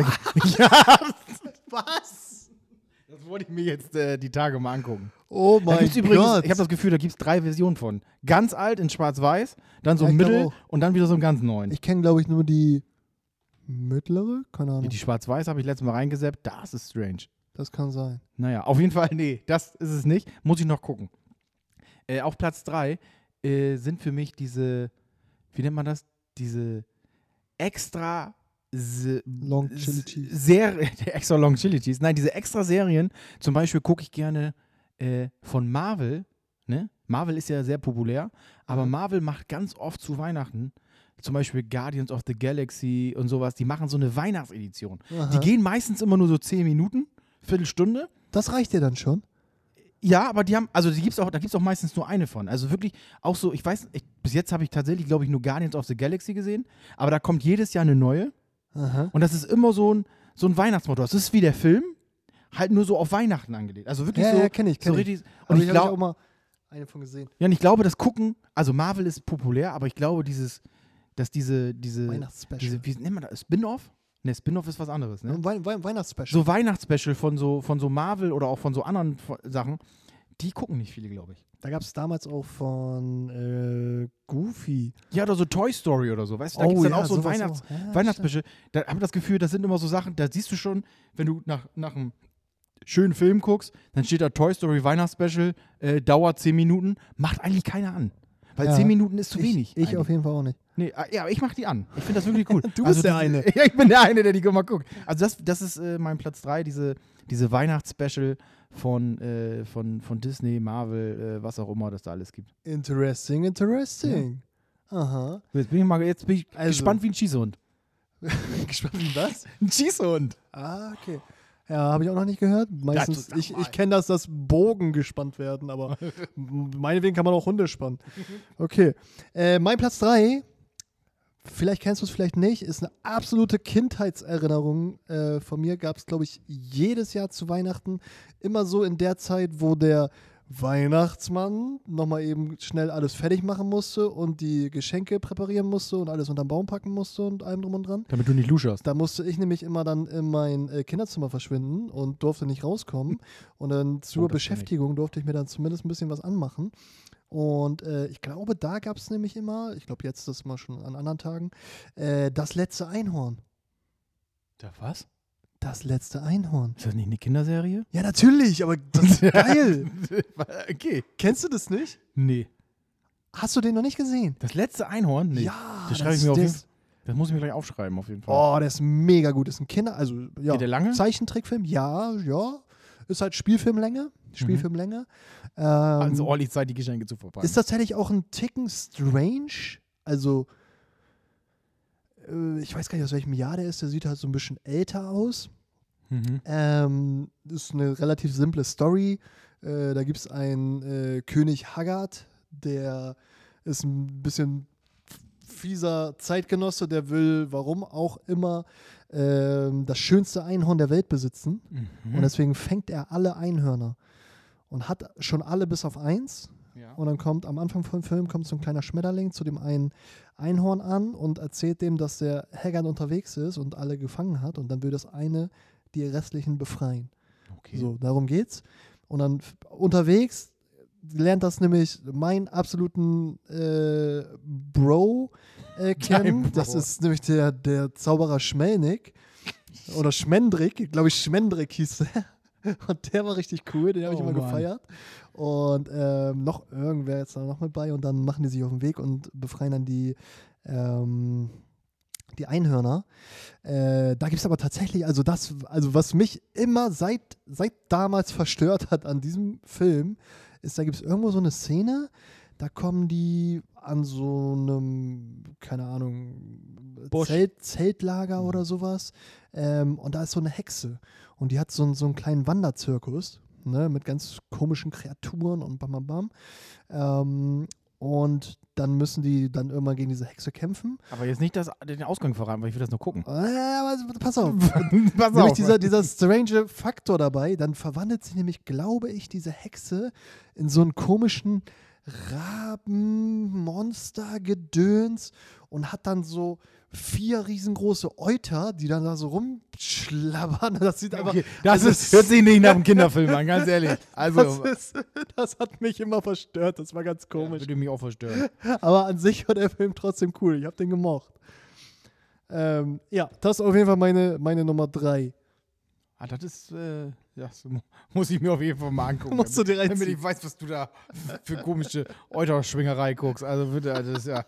Was?
Das wollte ich mir jetzt die Tage mal angucken.
Oh
Da
mein
gibt's übrigens,
Gott.
ich habe das Gefühl, da gibt es 3 Versionen von. Ganz alt in schwarz-weiß, dann so
Ja, ich glaub
mittel
auch.
und dann wieder so einen ganz neuen.
Ich kenne, glaube ich, nur die mittlere. Keine Ahnung.
Die schwarz-weiß habe ich letztes Mal reingesappt, das ist strange.
Das kann sein.
Naja, auf jeden Fall, nee, das ist es nicht. Muss ich noch gucken. Auf Platz 3 sind für mich diese, wie nennt man das? Diese extra
Long Chili Cheese.
extra Long Chili Cheese. Nein, diese extra Serien. Zum Beispiel gucke ich gerne von Marvel. Ne? Marvel ist ja sehr populär, aber Marvel macht ganz oft zu Weihnachten zum Beispiel Guardians of the Galaxy und sowas, die machen so eine Weihnachtsedition.
Aha.
Die gehen meistens immer nur so 10 Minuten, Viertelstunde.
Das reicht dir dann schon?
Ja, aber die haben, also da gibt's auch meistens nur eine von. Also wirklich auch so, ich weiß, bis jetzt habe ich tatsächlich, glaube ich, nur Guardians of the Galaxy gesehen, aber da kommt jedes Jahr eine neue.
Aha.
Und das ist immer so ein Weihnachtsmotto. Das ist wie der Film, halt nur so auf Weihnachten angelegt. Also wirklich so.
Ja, kenn ich.
So richtig,
Und
und
ich habe auch mal eine von gesehen.
ja, und ich glaube, das Gucken, also Marvel ist populär, aber ich glaube, dass diese
Weihnachtsspecial.
wie nennt man das? Spin-off? Ne, Spin-off ist was anderes, ne?
Weihnachtsspecial.
So Weihnachtsspecial von so Marvel oder auch von so anderen Sachen, die gucken nicht viele, glaube ich.
Da gab es damals auch von Goofy.
Ja, oder so Toy Story oder so, weißt du? Da gibt es dann auch so ein
sowas auch. Ja,
Weihnachtsspecial. Da habe ich das Gefühl, das sind immer so Sachen, da siehst du schon, wenn du nach einem schönen Film guckst, dann steht da Toy Story Weihnachtsspecial, dauert 10 Minuten, macht eigentlich keiner an. Weil 10 Minuten ist zu wenig.
Ich auf jeden Fall auch nicht.
Nee, ja, ich mach die an. Ich finde das wirklich cool.
Du bist der eine.
Ja, ich bin der eine, der die immer guckt. Also das ist mein Platz 3, diese Weihnachtsspecial von Disney, Marvel, was auch immer das da alles gibt.
Interesting. Aha.
Jetzt bin ich gespannt wie ein Schießhund.
Gespannt wie was?
Ein Schießhund.
Ah, okay. Ja, habe ich auch noch nicht gehört. Meistens,
Ja,
ich kenne das, dass Bogen gespannt werden, aber meinetwegen kann man auch Hunde spannen. Okay. Mein Platz 3, vielleicht kennst du es, vielleicht nicht, ist eine absolute Kindheitserinnerung von mir. Gab es, glaube ich, jedes Jahr zu Weihnachten. Immer so in der Zeit, wo der Weihnachtsmann nochmal eben schnell alles fertig machen musste und die Geschenke präparieren musste und alles unterm Baum packen musste und allem drum und dran.
Damit du nicht luscherst.
Da musste ich nämlich immer dann in mein Kinderzimmer verschwinden und durfte nicht rauskommen. Und dann zur Beschäftigung durfte ich mir dann zumindest ein bisschen was anmachen. Und ich glaube, da gab es nämlich immer, ich glaube jetzt das mal schon an anderen Tagen, das letzte Einhorn.
Da was?
Das letzte Einhorn.
Ist das nicht eine Kinderserie?
Ja, natürlich, aber das ist geil.
Okay.
Kennst du das nicht?
Nee.
Hast du den noch nicht gesehen?
Das letzte Einhorn? Nee.
Ja,
Das schreibe ich mir auf jeden Fall. Das muss ich mir gleich aufschreiben, auf jeden Fall.
Oh, der ist mega gut. Das ist ein ja.
Geht der lange?
Zeichentrickfilm, ja. Ist halt Spielfilmlänge.
Also ordentlich Zeit, die Geschenke zu verpacken.
Ist tatsächlich auch ein Ticken strange. Also, ich weiß gar nicht, aus welchem Jahr der ist. Der sieht halt so ein bisschen älter aus. Ist eine relativ simple Story. Da gibt es einen König Haggard, der ist ein bisschen fieser Zeitgenosse, der will, warum auch immer, das schönste Einhorn der Welt besitzen. Und deswegen fängt er alle Einhörner und hat schon alle bis auf eins. Ja. Und dann kommt am Anfang vom Film so ein kleiner Schmetterling zu dem einen Einhorn an und erzählt dem, dass der Haggard unterwegs ist und alle gefangen hat. Und dann will das eine die restlichen befreien.
Okay.
So, darum geht's. Und dann unterwegs lernt das nämlich meinen absoluten Bro kennen. Das ist nämlich der Zauberer Schmelnick. Oder Schmendrick. Ich glaube, Schmendrick hieß der. Und der war richtig cool, den habe ich immer gefeiert. Und noch irgendwer jetzt noch mit bei. Und dann machen die sich auf den Weg und befreien dann die Einhörner. Da gibt es aber tatsächlich, also was mich immer seit damals verstört hat an diesem Film, ist, da gibt es irgendwo so eine Szene, da kommen die an so einem, keine Ahnung, Zeltlager oder sowas. Und da ist so eine Hexe. Und die hat so einen kleinen Wanderzirkus, ne, mit ganz komischen Kreaturen und bam, bam, bam. Und dann müssen die dann irgendwann gegen diese Hexe kämpfen.
Aber jetzt nicht den Ausgang verraten, weil ich will das nur gucken.
Aber pass auf.
Pass
nämlich
auf.
dieser strange Faktor dabei, dann verwandelt sich nämlich, glaube ich, diese Hexe in so einen komischen Rabenmonster-Gedöns und hat dann so 4 riesengroße Euter, die dann da so rumschlabbern. Das sieht einfach.
Okay, hört sich nicht nach einem Kinderfilm an, ganz ehrlich. Also,
das hat mich immer verstört. Das war ganz komisch.
Würde mich auch verstören.
Aber an sich war der Film trotzdem cool. Ich habe den gemocht. Ja, das ist auf jeden Fall meine Nummer 3.
Ah, das ist, das muss ich mir auf jeden Fall mal angucken.
Musst du dir reinziehen.
Damit ich weiß, was du da für komische Euterschwingerei guckst. Also bitte, das ist ja.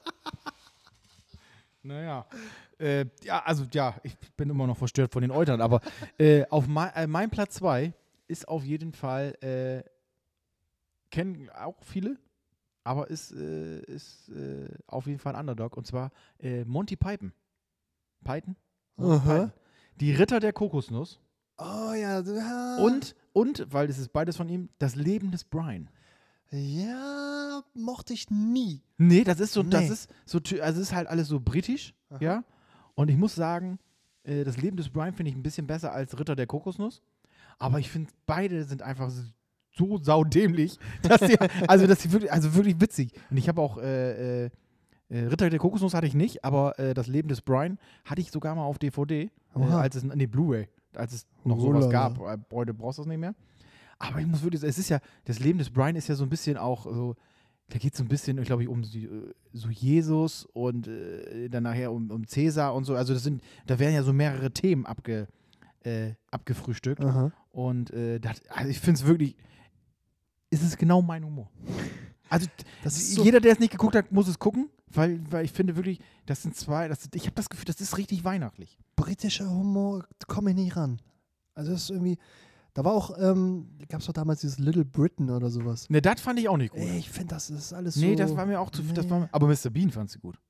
Naja. Ich bin immer noch verstört von den Eutern, aber auf mein Platz 2 ist auf jeden Fall, kennen auch viele, aber ist auf jeden Fall ein Underdog. Und zwar Monty Python. Python?
Aha.
Die Ritter der Kokosnuss.
Oh ja.
Und, weil es ist beides von ihm, das Leben des Brian.
Ja, mochte ich nie.
Nee, das ist so,
Nee.
also es ist halt alles so britisch, ja. Und ich muss sagen, das Leben des Brian finde ich ein bisschen besser als Ritter der Kokosnuss. Aber ich finde, beide sind einfach so saudämlich, dass die wirklich witzig. Und ich habe auch Ritter der Kokosnuss hatte ich nicht, aber das Leben des Brian hatte ich sogar mal auf DVD, Blu-ray, als es noch sowas gab. Heute brauchst du das nicht mehr. Aber ich muss wirklich sagen, es ist ja, das Leben des Brian ist ja so ein bisschen auch so, da geht es so ein bisschen, glaube ich, um so Jesus und dann nachher um Cäsar und so. Also da werden ja so mehrere Themen abgefrühstückt.
Aha.
Und also ich finde es wirklich, ist es genau mein Humor. Also
Das ist so
jeder, der es nicht geguckt hat, muss es gucken, weil ich finde wirklich, das sind ich habe das Gefühl, das ist richtig weihnachtlich.
britischer Humor, komme ich nicht ran. Also das ist irgendwie, da war auch, gab es doch damals dieses Little Britain oder sowas.
Ne, das fand ich auch nicht gut.
Ich finde, das ist alles so.
Nee, das war mir auch zu viel.
Nee.
Aber Mr. Bean fand sie gut.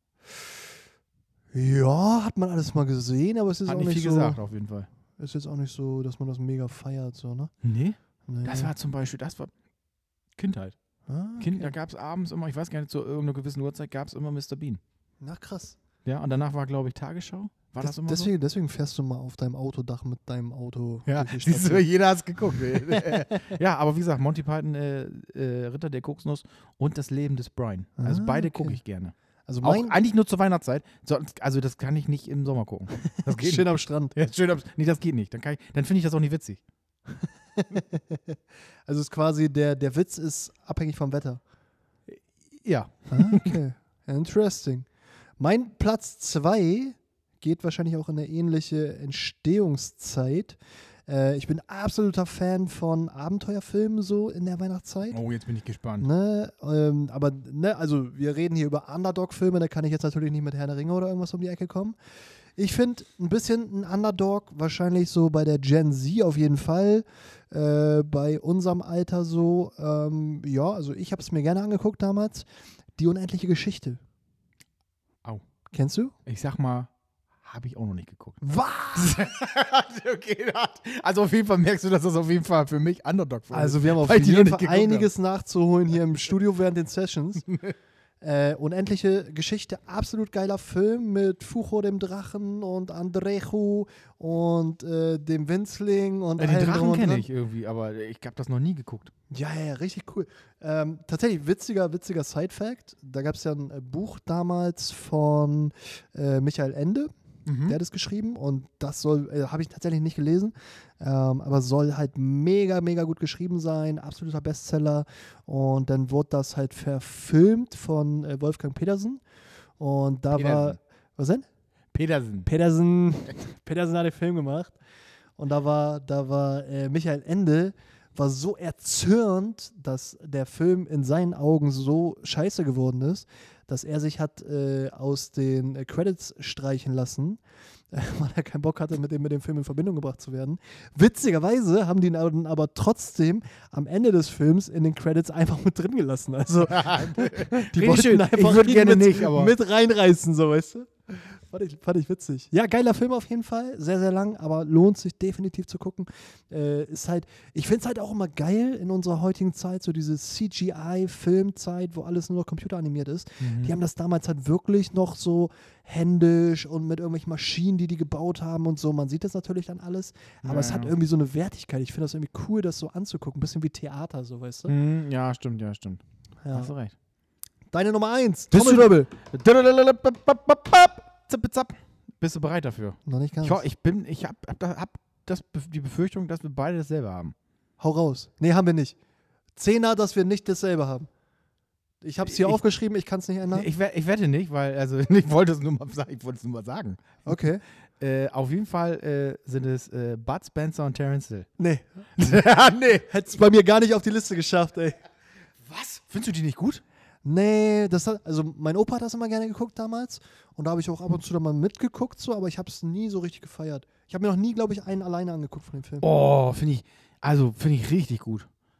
Ja, hat man alles mal gesehen, aber es ist
Hat
auch
nicht
nicht
viel
so.
gesagt, auf jeden Fall.
Ist jetzt auch nicht so, dass man das mega feiert, so, ne?
Nee?
Nee.
Das war zum Beispiel, Kindheit.
Okay.
Da gab es abends immer, ich weiß gar nicht, zu irgendeiner gewissen Uhrzeit gab es immer Mr. Bean.
Na krass.
Ja, und danach war, glaube ich, Tagesschau. War das immer
Deswegen fährst du mal auf deinem Autodach mit deinem Auto.
so? Ja,
durch die Stadt
siehst du,
durch.
jeder hat es geguckt. Ja, aber wie gesagt, Monty Python, Ritter der Kokosnuss und das Leben des Brian. Also beide
okay.
gucke ich gerne.
Also
Auch
mein
eigentlich nur zur Weihnachtszeit. Also das kann ich nicht im Sommer gucken. Das geht
schön
nicht.
am Strand.
Ja, nee, das geht nicht. Dann finde ich das auch nicht witzig.
Also ist quasi der Witz ist abhängig vom Wetter.
Ja.
Okay. Interesting. Mein Platz 2 geht wahrscheinlich auch in eine ähnliche Entstehungszeit. Ich bin absoluter Fan von Abenteuerfilmen so in der Weihnachtszeit.
Oh, jetzt bin ich gespannt.
Ne, aber also wir reden hier über Underdog-Filme, da kann ich jetzt natürlich nicht mit Herr der Ringe oder irgendwas um die Ecke kommen. Ich finde ein bisschen ein Underdog, wahrscheinlich so bei der Gen Z auf jeden Fall, bei unserem Alter so, ja, also ich habe es mir gerne angeguckt damals, Die unendliche Geschichte.
Au.
Kennst du?
Ich sag mal, habe ich auch noch nicht geguckt.
Was?
Okay, also auf jeden Fall merkst du, dass das auf jeden Fall für mich Underdog-Film ist.
Also wir haben auf
Weil ich die noch
jeden
nicht
Fall
geguckt
einiges nachzuholen hier im Studio während den Sessions. Unendliche Geschichte, absolut geiler Film mit Fucho dem Drachen und Andreju und dem Winzling und
Den
allem drum
Drachen
und
kenne
dran.
ich irgendwie, aber ich habe das noch nie geguckt.
Ja, richtig cool. Tatsächlich witziger Side-Fact. Da gab es ja ein Buch damals von Michael Ende. Der hat es geschrieben und das habe ich tatsächlich nicht gelesen, aber soll halt mega, mega gut geschrieben sein, absoluter Bestseller und dann wurde das halt verfilmt von Wolfgang Petersen und da war, was denn?
Petersen.
Petersen hat den Film gemacht und da war Michael Ende war so erzürnt, dass der Film in seinen Augen so scheiße geworden ist, dass er sich hat aus den Credits streichen lassen, weil er keinen Bock hatte, mit dem Film in Verbindung gebracht zu werden. Witzigerweise haben die ihn aber trotzdem am Ende des Films in den Credits einfach mit drin gelassen. Also die wollten
schön.
einfach
Ich würde
ihn
gerne
mit,
nicht, aber
mit reinreißen, so weißt du. Fand ich witzig. Ja, geiler Film auf jeden Fall. Sehr, sehr lang, aber lohnt sich definitiv zu gucken. Ist halt, ich finde es halt auch immer geil in unserer heutigen Zeit, so diese CGI-Filmzeit, wo alles nur noch computeranimiert ist. Die haben das damals halt wirklich noch so händisch und mit irgendwelchen Maschinen, die gebaut haben und so. Man sieht das natürlich dann alles, aber es hat irgendwie so eine Wertigkeit. Ich finde das irgendwie cool, das so anzugucken. Ein bisschen wie Theater, so weißt du.
Ja, stimmt.
Ja.
Hast du recht.
Deine Nummer 1,
Bist du-
Trommelwirbel.
Zap. Bist du bereit dafür?
Noch nicht ganz.
Ich hab die Befürchtung, dass wir beide dasselbe haben.
Hau raus. Nee, haben wir nicht. 10er, dass wir nicht dasselbe haben. Ich habe es hier aufgeschrieben, ich kann es nicht ändern.
Ich wette nicht, weil, also ich wollte es nur mal sagen.
Okay.
Auf jeden Fall sind es Bud Spencer und Terence Hill.
Nee.
Nee.
Hätte es bei mir gar nicht auf die Liste geschafft, ey.
Was? Findest du die nicht gut?
Nee, also mein Opa hat das immer gerne geguckt damals und da habe ich auch ab und zu da mal mitgeguckt, so, aber ich habe es nie so richtig gefeiert. Ich habe mir noch nie, glaube ich, einen alleine angeguckt von dem Film.
Oh, finde ich richtig gut.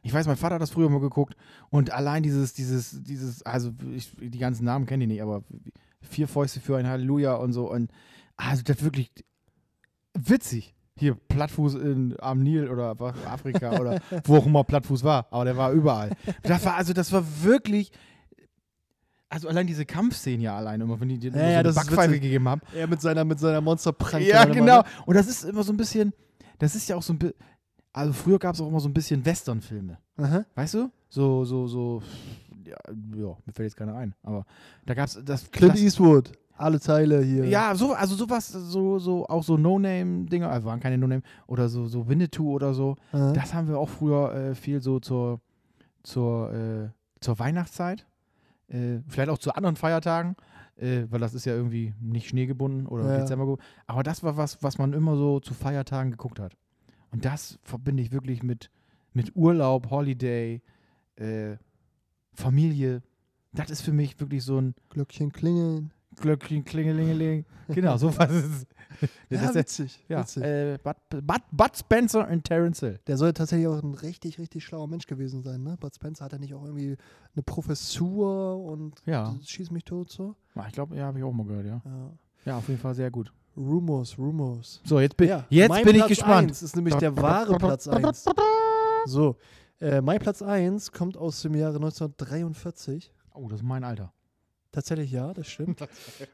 Ich weiß, mein Vater hat das früher mal geguckt und allein also die ganzen Namen kenne ich nicht, aber 4 Fäuste für ein Halleluja und so und also das wirklich witzig. Hier Plattfuß am Nil oder Afrika oder wo auch immer Plattfuß war, aber der war überall. Das war wirklich, also allein diese Kampfszenen ja allein immer, wenn die dir so eine Backpfeife gegeben haben.
Ja, mit seiner Monsterpranke.
Ja, genau. Und das ist immer so ein bisschen, das ist ja auch so ein bisschen, also früher gab es auch immer so ein bisschen Western-Filme.
Aha.
Weißt du? Ja, mir fällt jetzt keiner ein, aber da gab es das.
Clint Eastwood. Alle Teile hier.
Ja, also sowas, auch so No-Name-Dinger, also waren keine No-Name, oder so Winnetou oder so.
Aha.
Das haben wir auch früher viel so zur Weihnachtszeit. Vielleicht auch zu anderen Feiertagen, weil das ist ja irgendwie nicht schneegebunden oder Dezember gebunden. Aber das war was man immer so zu Feiertagen geguckt hat. Und das verbinde ich wirklich mit Urlaub, Holiday, Familie. Das ist für mich wirklich so ein
Glöckchen klingeln.
Glöckchen, Klingelingeling. Genau, so was ist es.
Ja, witzig.
Ja,
witzig.
Bud Spencer und Terence Hill.
Der soll tatsächlich auch ein richtig, richtig schlauer Mensch gewesen sein, ne? Bud Spencer, hat er nicht auch irgendwie eine Professur und schieß mich tot so?
Ja, ich glaube, habe ich auch mal gehört, ja. Ja, auf jeden Fall sehr gut.
Rumors.
So, jetzt bin ich
Platz
gespannt.
1 ist nämlich der wahre Platz 1. So, mein Platz 1 kommt aus dem Jahre 1943.
Oh, das ist mein Alter.
Tatsächlich ja, das stimmt.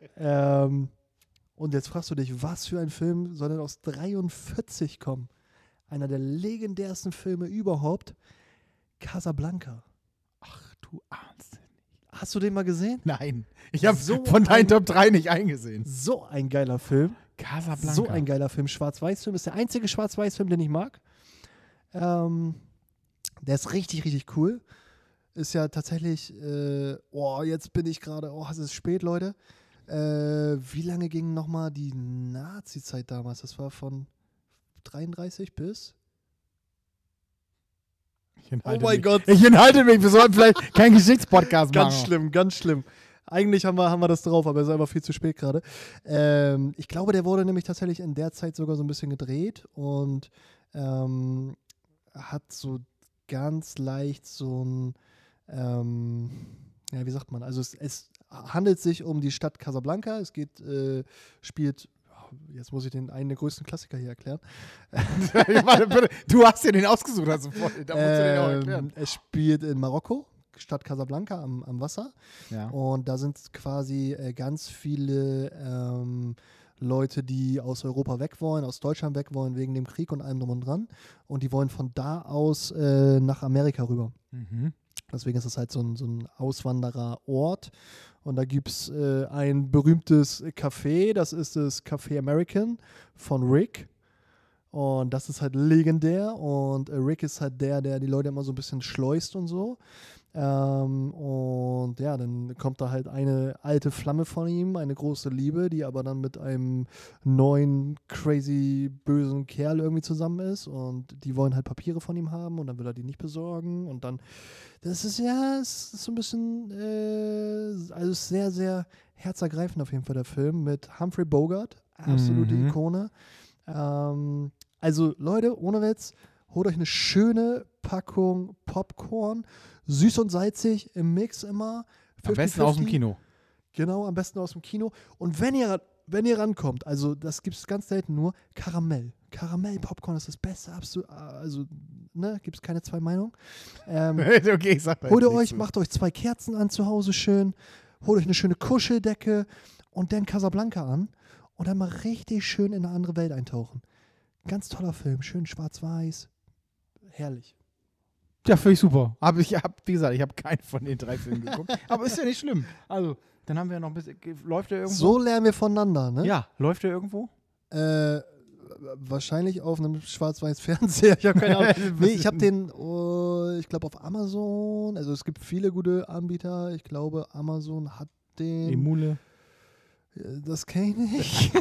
Und jetzt fragst du dich, was für ein Film soll denn aus 43 kommen? Einer der legendärsten Filme überhaupt, Casablanca.
Ach, du ahnst nicht.
Hast du den mal gesehen?
Nein, ich habe von deinen Top 3 nicht eingesehen.
So ein geiler Film.
Casablanca.
So ein geiler Film. Schwarz-Weiß-Film ist der einzige Schwarz-Weiß-Film, den ich mag. Der ist richtig, richtig cool. Ist ja tatsächlich, jetzt bin ich gerade, es ist spät, Leute. Wie lange ging nochmal die Nazi-Zeit damals? Das war von 33 bis? Oh mein Gott.
Ich enthalte mich, wir sollten vielleicht keinen Geschichtspodcast machen.
Ganz schlimm, ganz schlimm. Eigentlich haben wir das drauf, aber es ist einfach viel zu spät gerade. Ich glaube, der wurde nämlich tatsächlich in der Zeit sogar so ein bisschen gedreht und hat so ganz leicht so ein wie sagt man? Also es handelt sich um die Stadt Casablanca. Es spielt, jetzt muss ich den einen der größten Klassiker hier erklären.
Warte, bitte. Du hast ja den ausgesucht, also da musst du den auch erklären.
Es spielt in Marokko, Stadt Casablanca am Wasser.
Ja.
Und da sind quasi ganz viele Leute, die aus Europa weg wollen, aus Deutschland weg wollen, wegen dem Krieg und allem drum und dran. Und die wollen von da aus nach Amerika rüber.
Mhm.
Deswegen ist es halt so ein Auswandererort. Und da gibt es ein berühmtes Café, das ist das Café American von Rick. Und das ist halt legendär. Und Rick ist halt der die Leute immer so ein bisschen schleust und so. Und ja, dann kommt da halt eine alte Flamme von ihm, eine große Liebe, die aber dann mit einem neuen, crazy, bösen Kerl irgendwie zusammen ist. Und die wollen halt Papiere von ihm haben und dann will er die nicht besorgen. Und dann, es ist so ein bisschen, also sehr, sehr herzergreifend auf jeden Fall der Film mit Humphrey Bogart, absolute Ikone. Also Leute, ohne Witz, holt euch eine schöne Packung Popcorn, süß und salzig im Mix immer. 50,
am besten aus dem Kino.
Genau, am besten aus dem Kino. Und wenn ihr rankommt, also das gibt es ganz selten nur, Karamell. Karamell-Popcorn ist das Beste, absolut, also, gibt es keine zwei Meinungen.
Okay, ich sag
holt euch, macht euch 2 Kerzen an zu Hause schön, holt euch eine schöne Kuscheldecke und dann Casablanca an und dann mal richtig schön in eine andere Welt eintauchen. Ganz toller Film, schön schwarz-weiß, herrlich.
Ja, finde ich super. Wie gesagt, ich habe keinen von den 3 Filmen geguckt. Aber ist ja nicht schlimm. Also, dann haben wir noch ein bisschen. Läuft der irgendwo?
So lernen wir voneinander, ne?
Ja, läuft der irgendwo?
Wahrscheinlich auf einem Schwarz-Weiß-Fernseher. Ich habe keine Ahnung. Nee, ich habe den, ich glaube, auf Amazon. Also, es gibt viele gute Anbieter. Ich glaube, Amazon hat den.
Emule.
Das kenne ich nicht.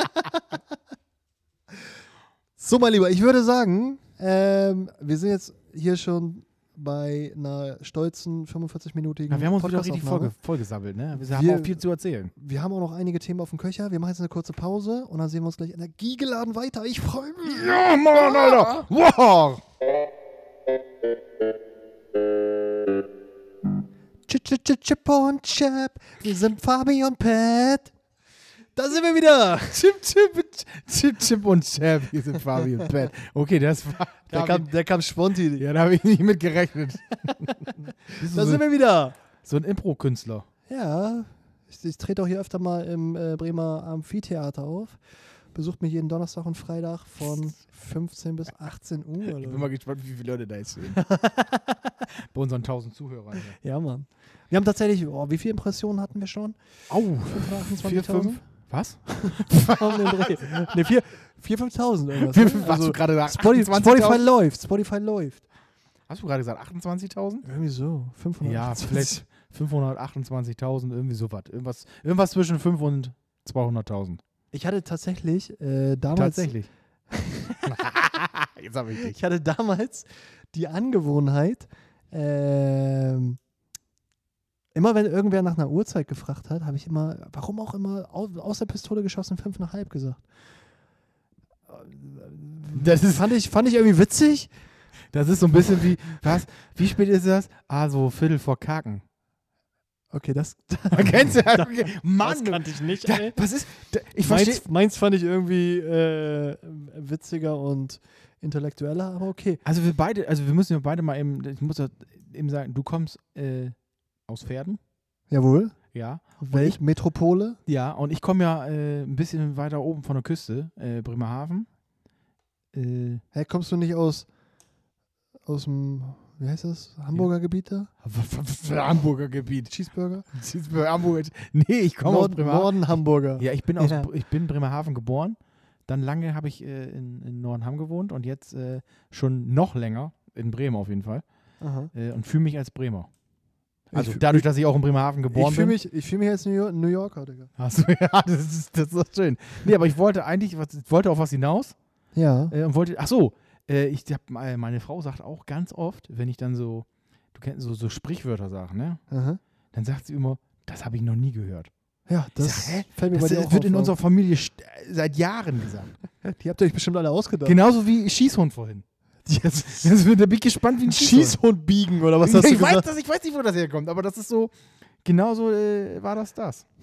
So, mein Lieber, ich würde sagen, wir sind jetzt hier schon bei einer stolzen 45-minütigen
wir haben uns wieder richtig vollgesammelt, ne? Wir haben auch viel zu erzählen.
Wir haben auch noch einige Themen auf dem Köcher. Wir machen jetzt eine kurze Pause und dann sehen wir uns gleich energiegeladen weiter. Ich freue mich.
Ja, Mann, Alter! Wow!
Chip und Chap. Wir sind Fabi und Pat. Da sind wir wieder.
Chip und Chap. Hier sind Fabi und Pat. Okay, das war.
Der kam spontan.
Ja, da habe ich nicht mit gerechnet.
Da sind wir wieder.
So ein Impro-Künstler.
Ja, ich trete auch hier öfter mal im Bremer Amphitheater auf. Besucht mich jeden Donnerstag und Freitag von 15 bis 18 Uhr.
Ich bin mal gespannt, wie viele Leute da jetzt stehen. Bei unseren 1000 Zuhörern.
Ja, Mann. Wir haben tatsächlich, wie viele Impressionen hatten wir schon?
Au,
4, 5?
Was?
Ne, 4.000, 5.000 irgendwas.
Hast
Also
du gerade gesagt?
Spotify läuft.
Hast du gerade gesagt 28.000?
Irgendwie so, 500.
Ja, vielleicht 528.000, irgendwie sowas. Irgendwas zwischen 5 und 200.000.
Ich hatte tatsächlich damals.
Tatsächlich. Jetzt habe ich dich.
Ich hatte damals die Angewohnheit, immer wenn irgendwer nach einer Uhrzeit gefragt hat, habe ich immer, warum auch immer, aus der Pistole geschossen, 5,5 gesagt. Fand ich irgendwie witzig.
Das ist so ein bisschen wie, was? Wie spät ist das? Ah, so Viertel vor Kaken.
Okay, das
Kennst du? Okay. Mann,
das kannte ich nicht,
da,
ey.
was ist? Ich verstehe.
Meins fand ich irgendwie witziger und intellektueller, aber okay.
Also wir müssen ja beide mal eben, ich muss ja eben sagen, du kommst aus Verden.
Jawohl.
Ja.
Metropole.
Ja, und ich komme ja ein bisschen weiter oben von der Küste, Bremerhaven.
Hä, kommst du nicht aus dem, wie heißt das, Hamburger Gebiet da?
Hamburger Gebiet.
Cheeseburger?
Hamburger. Nee, ich komme aus Bremerhaven.
Norden Hamburger.
Ja, ich bin in Bremerhaven geboren. Dann lange habe ich in Nordenham gewohnt und jetzt schon noch länger in Bremen auf jeden Fall. Und fühle mich als Bremer. Also dadurch, dass ich auch in Bremerhaven geboren bin.
Ich fühle mich als New Yorker, Digga.
Achso, ja, das ist doch schön. Nee, aber ich wollte auf was hinaus.
Ja.
Und wollte, meine Frau sagt auch ganz oft, wenn ich dann so, du kennst so Sprichwörter sagen, ne?
Aha.
Dann sagt sie immer, das habe ich noch nie gehört.
Ja, das fällt mir bei dir auch
wird
auf.
in unserer Familie seit Jahren gesagt.
Die habt ihr euch bestimmt alle ausgedacht.
Genauso wie Schießhund vorhin. Da bin ich gespannt, wie ein
Schießhund biegen, oder was hast du gesagt?
Ich weiß nicht, wo das herkommt, aber das ist so, genauso war das.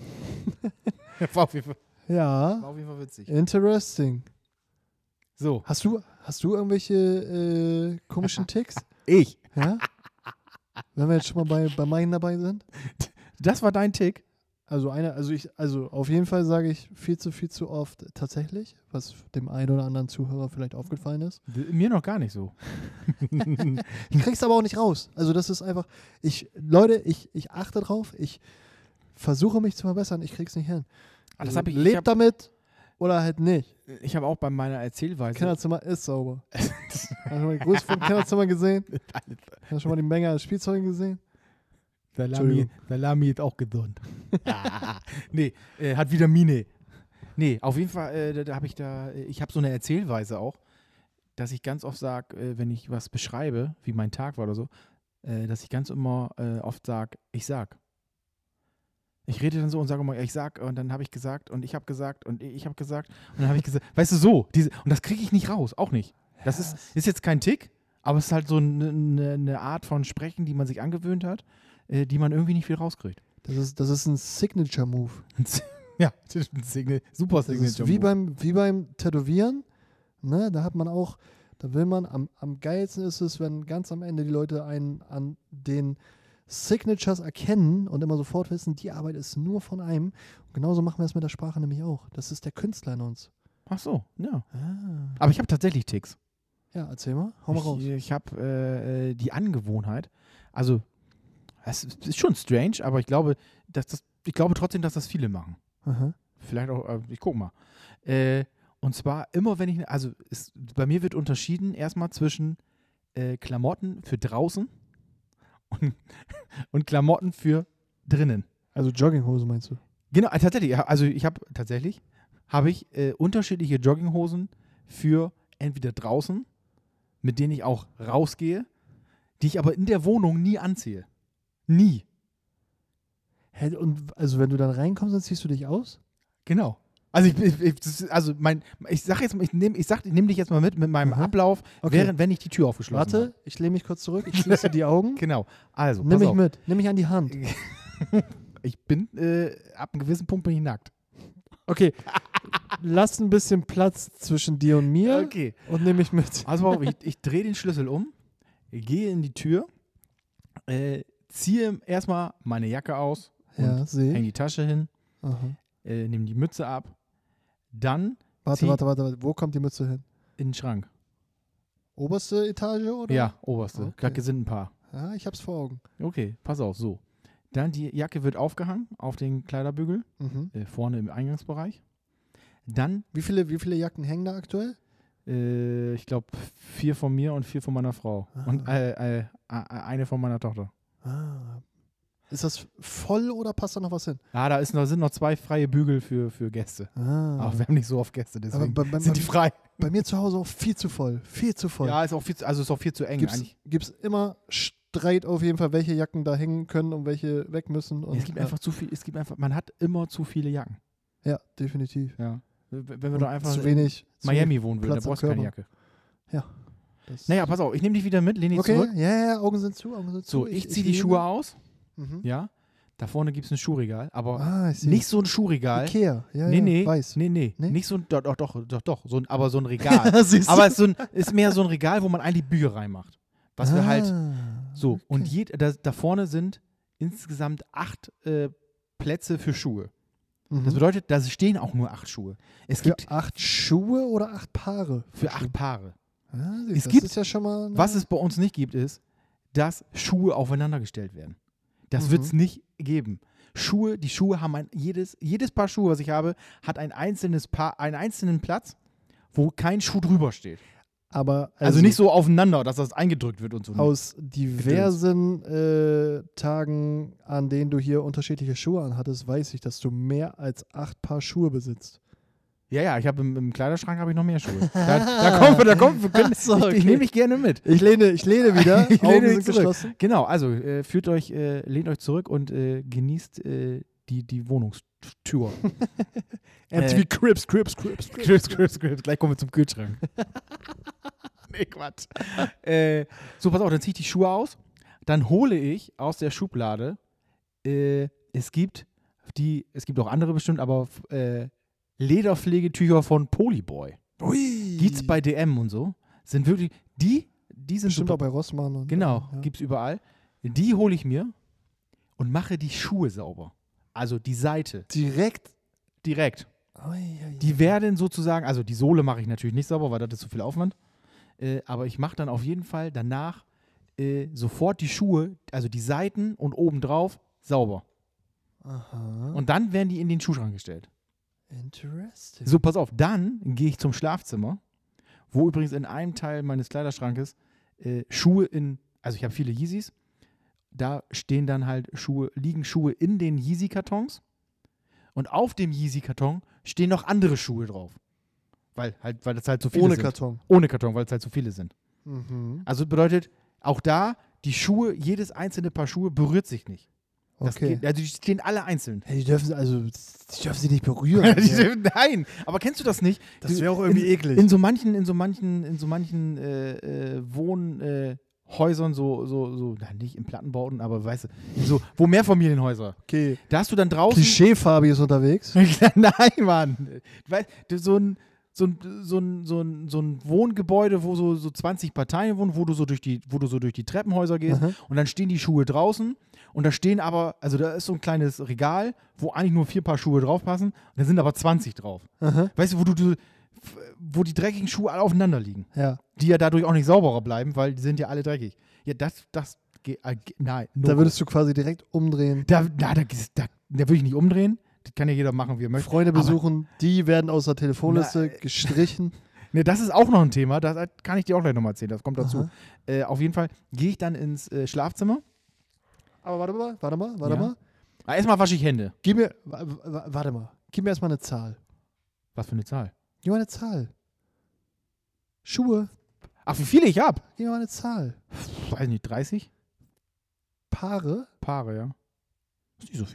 War auf jeden Fall witzig.
Interesting.
So.
Hast du irgendwelche komischen Ticks?
Ich?
Ja? Wenn wir jetzt schon mal bei meinen dabei sind?
Das war dein Tick?
Also auf jeden Fall sage ich viel zu oft tatsächlich, was dem einen oder anderen Zuhörer vielleicht aufgefallen ist.
Mir noch gar nicht so.
Ich krieg's aber auch nicht raus. Also das ist einfach, ich achte drauf, ich versuche mich zu verbessern, ich krieg's nicht hin.
Also
lebt damit oder halt nicht.
Ich habe auch bei meiner Erzählweise.
Kinderzimmer ist sauber. Hast du schon mal die Größe vom Kinderzimmer gesehen? Hast du schon mal die Menge an Spielzeugen gesehen?
Salami ist auch gesund. Nee, hat Vitamine. Nee, auf jeden Fall, ich habe so eine Erzählweise auch, dass ich ganz oft sage, wenn ich was beschreibe, wie mein Tag war oder so, dass ich ganz immer oft sage, ich sag. Ich rede dann so und sage immer, ich sag, und dann habe ich gesagt und ich habe gesagt und ich habe gesagt und dann habe ich gesagt, weißt du, so, und das kriege ich nicht raus, auch nicht. Das ist jetzt kein Tick, aber es ist halt so eine Art von Sprechen, die man sich angewöhnt hat, die man irgendwie nicht viel rauskriegt.
Das ist ein Signature-Move.
Ja, super Signature-Move.
Wie beim Tätowieren, ne, da will man, am geilsten ist es, wenn ganz am Ende die Leute einen an den Signatures erkennen und immer sofort wissen, die Arbeit ist nur von einem. Und genauso machen wir es mit der Sprache nämlich auch. Das ist der Künstler in uns.
Ach so, ja. Aber ich habe tatsächlich Ticks.
Ja, erzähl mal. Hau mal raus.
Ich habe die Angewohnheit, also es ist schon strange, aber ich glaube trotzdem, dass das viele machen.
Aha.
Vielleicht auch, ich guck mal. Und zwar immer, wenn bei mir wird unterschieden erstmal zwischen Klamotten für draußen und Klamotten für drinnen.
Also Jogginghose meinst du?
Genau, tatsächlich. Also ich habe unterschiedliche Jogginghosen für entweder draußen, mit denen ich auch rausgehe, die ich aber in der Wohnung nie anziehe. Nie.
Hä, und also wenn du dann reinkommst, dann ziehst du dich aus?
Genau. Also ich sag jetzt, ich nehm dich jetzt mal mit meinem Ablauf,
Okay.
wenn ich die Tür aufgeschlossen habe.
Warte, ich lehne mich kurz zurück, ich schließe die Augen.
Genau. Also,
Nimm
pass
mich
auf.
mit, nimm mich an die Hand.
Ich bin, ab einem gewissen Punkt bin ich nackt.
Okay, lass ein bisschen Platz zwischen dir und mir
Okay.
und nimm mich mit.
Also pass auf, ich drehe den Schlüssel um, gehe in die Tür, ziehe erstmal meine Jacke aus,
Ja,
hänge
sehe.
die Tasche hin,
Aha.
nehme die Mütze ab, dann
Warte, wo kommt die Mütze hin?
in den Schrank.
Oberste Etage oder?
Ja, oberste.
Okay.
Da sind ein paar.
Ja, ich hab's vor Augen.
Okay, pass auf, so. Dann die Jacke wird aufgehangen auf den Kleiderbügel,
Mhm.
vorne im Eingangsbereich. Dann,
Wie viele Jacken hängen da aktuell?
ich glaube, 4 von mir und 4 von meiner Frau.
Ah.
Und eine von meiner Tochter.
Ah. Ist das voll oder passt da noch was hin?
Ja, sind noch 2 freie Bügel für Gäste.
Ah.
Aber wir haben nicht so oft Gäste, deswegen
bei-
sind die frei.
Bei mir zu Hause auch viel zu voll. Viel zu voll.
Ja, ist auch viel zu eng. eigentlich.
Gibt's immer Streit auf jeden Fall, welche Jacken da hängen können und welche weg müssen. Und,
Es gibt einfach zu viel, man hat immer zu viele Jacken.
Ja, definitiv.
Ja. Wenn wir
Und
doch einfach
zu
in
wenig
Miami wohnen würden,
Platz
da
am
brauchst du keine
Körper.
Jacke.
Das-
Naja, pass auf, ich nehme dich wieder mit, lehne dich
Okay,
zurück.
ja, Augen sind zu.
So, ich ziehe die
lehne.
Schuhe aus.
Mhm.
Ja. Da vorne gibt es ein Schuhregal, aber
Ah, ich sehe.
nicht so ein Schuhregal.
Ikea. Ja,
Nee,
weiß.
nee.
Nee?
Nicht so ein, doch, aber so ein Regal.
Siehst du?
aber es ist mehr so ein Regal, wo man eigentlich Bücher reinmacht. Was wir halt, so.
okay.
Und da vorne sind insgesamt 8 Plätze für Schuhe.
Mhm.
Das bedeutet, da stehen auch nur 8 Schuhe. Es
Für
gibt
8 Schuhe oder 8 Paare?
für 8 Paare.
Das
gibt-
ist ja schon mal.
Was es bei uns nicht gibt, ist, dass Schuhe aufeinander gestellt werden. Das wird es nicht geben. Die Schuhe haben jedes Paar Schuhe, was ich habe, hat einen einzelnen Platz, wo kein Schuh drüber steht.
Aber
Also nicht so aufeinander, dass das eingedrückt wird und so.
aus diversen Tagen, an denen du hier unterschiedliche Schuhe anhattest, weiß ich, dass du mehr als 8 Paar Schuhe besitzt.
Ja, ich habe im Kleiderschrank habe ich noch mehr Schuhe. Da kommt, wir können,
Ach so, okay.
ich nehme mich gerne mit.
Ich lehne wieder.
Ich
Augen
lehne mich
sind
zurück.
geschlossen.
Genau, also lehnt euch zurück und genießt die Wohnungstour.
MTV Crips.
Crips. Gleich kommen wir zum Kühlschrank. Nee, Quatsch. So, pass auf, dann ziehe ich die Schuhe aus. Dann hole ich aus der Schublade, es gibt auch andere bestimmt, aber Lederpflegetücher von Polyboy.
Ui.
Gibt's bei DM und so. Sind wirklich, die sind
Bestimmt
super.
auch bei Rossmann. Und
Genau,
ja.
gibt's überall. Die hole ich mir und mache die Schuhe sauber. Also die Seite.
Direkt.
Die werden sozusagen, also die Sohle mache ich natürlich nicht sauber, weil das ist zu viel Aufwand. Aber ich mache dann auf jeden Fall danach sofort die Schuhe, also die Seiten und obendrauf sauber.
Aha.
Und dann werden die in den Schuhschrank gestellt.
Interesting.
So, pass auf, dann gehe ich zum Schlafzimmer, wo übrigens in einem Teil meines Kleiderschrankes Schuhe also ich habe viele Yeezys, da stehen dann halt liegen Schuhe in den Yeezy-Kartons und auf dem Yeezy-Karton stehen noch andere Schuhe drauf. Weil das halt so viele
Ohne
sind.
Karton.
Ohne Karton, weil es halt so viele sind.
Mhm.
Also bedeutet, auch da, die Schuhe, jedes einzelne Paar Schuhe berührt sich nicht. Das
Okay.
geht, also die stehen alle einzeln.
Hey, die dürfen sie nicht berühren.
Nein, aber kennst du das nicht?
Das wäre auch irgendwie eklig.
In so manchen Wohnhäusern, nicht in Plattenbauten, aber weißt du, so, wo Mehrfamilienhäuser.
Okay.
Da hast du dann draußen.
Klischee-Fabi ist unterwegs.
Nein, Mann. Weißt du, so ein Wohngebäude, wo so 20 Parteien wohnen, wo du so durch die Treppenhäuser gehst
Aha.
und dann stehen die Schuhe draußen und da stehen aber, also da ist so ein kleines Regal, wo eigentlich nur 4 Paar Schuhe draufpassen und da sind aber 20 drauf.
Aha.
Weißt du, wo die dreckigen Schuhe alle aufeinander liegen,
Ja.
die ja dadurch auch nicht sauberer bleiben, weil die sind ja alle dreckig. Ja, das geht, nein. no
Da
go.
würdest du quasi direkt umdrehen.
Da würde ich nicht umdrehen. Das kann ja jeder machen, wie er möchte.
Freunde
Aber-
besuchen, die werden aus der Telefonliste gestrichen.
Ne, das ist auch noch ein Thema, das kann ich dir auch gleich nochmal erzählen, das kommt dazu.
Aha.
Auf jeden Fall gehe ich dann ins Schlafzimmer.
Aber warte mal.
Ja. Erstmal wasche ich Hände.
Warte mal. Gib mir erstmal eine Zahl.
Was für eine Zahl?
Gib mir eine Zahl. Schuhe.
Ach, wie viele ich habe?
Gib mir mal eine Zahl.
Weiß nicht, 30
Paare.
Paare, ja. Ist nicht so viel.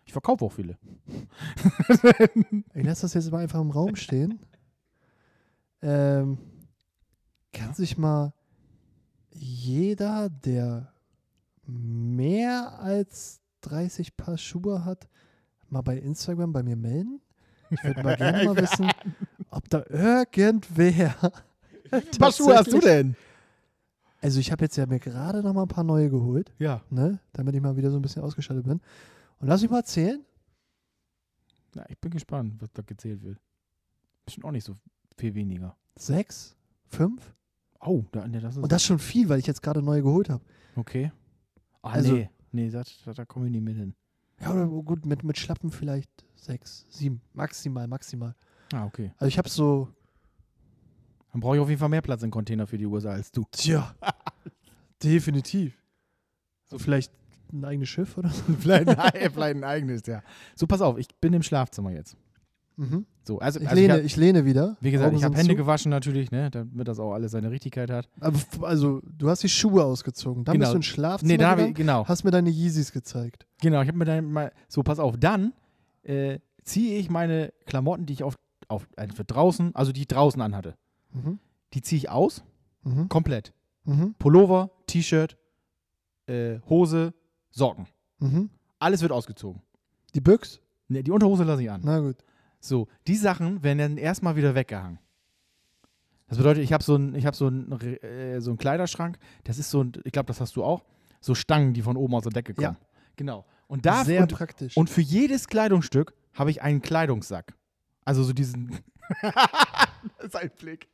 Ich verkaufe auch viele.
Ich lasse das jetzt mal einfach im Raum stehen. Kann sich mal jeder, der mehr als 30 Paar Schuhe hat, mal bei Instagram bei mir melden? Ich würde mal gerne mal wissen, ob da irgendwer.
Wie paar Schuhe hast du denn?
Also ich habe jetzt ja mir gerade noch mal ein paar neue geholt,
Ja.
ne, damit ich mal wieder so ein bisschen ausgestattet bin. Und lass mich mal zählen.
Na, ich bin gespannt, was da gezählt wird. Bestimmt auch nicht so viel weniger.
6, 5.
Oh, das ist.
Und das ist schon viel, weil ich jetzt gerade neue geholt habe.
Okay. Ah,
Also-
nee, da komme ich nicht mit hin.
Ja, oder gut, mit Schlappen vielleicht 6, 7. Maximal.
Ah, okay.
Also ich habe so,
Dann brauche ich auf jeden Fall mehr Platz im Container für die USA als du.
tja, definitiv. So vielleicht ein eigenes Schiff oder so.
vielleicht ein eigenes, ja. So, pass auf, ich bin im Schlafzimmer jetzt.
Mhm.
So, also,
Ich,
also
lehne, ich lehne wieder.
wie gesagt,
Augen
ich habe
sind
Hände
zu.
gewaschen natürlich, ne, damit das auch alles seine Richtigkeit hat.
Aber also, du hast die Schuhe ausgezogen. Dann
Genau.
bist du ins Schlafzimmer
Nee, da habe
gegangen,
ich, genau.
hast mir deine Yeezys gezeigt.
Genau, ich habe mir dann mal, so, pass auf, dann ziehe ich meine Klamotten, die ich für draußen, also die ich draußen anhatte,
Mhm.
die ziehe ich aus,
Mhm.
komplett.
Mhm.
Pullover, T-Shirt, Hose, Socken.
Mhm.
Alles wird ausgezogen.
Die Büchs?
Ne, die Unterhose lasse ich an.
Na gut.
So, die Sachen werden dann erstmal wieder weggehangen. Das bedeutet, ich habe so einen Kleiderschrank, das ist so ein, ich glaube, das hast du auch, so Stangen, die von oben aus der Decke kommen.
Ja.
Genau. Und
Sehr
und,
praktisch.
und für jedes Kleidungsstück habe ich einen Kleidungssack. Also so diesen. Das ist ein Blick.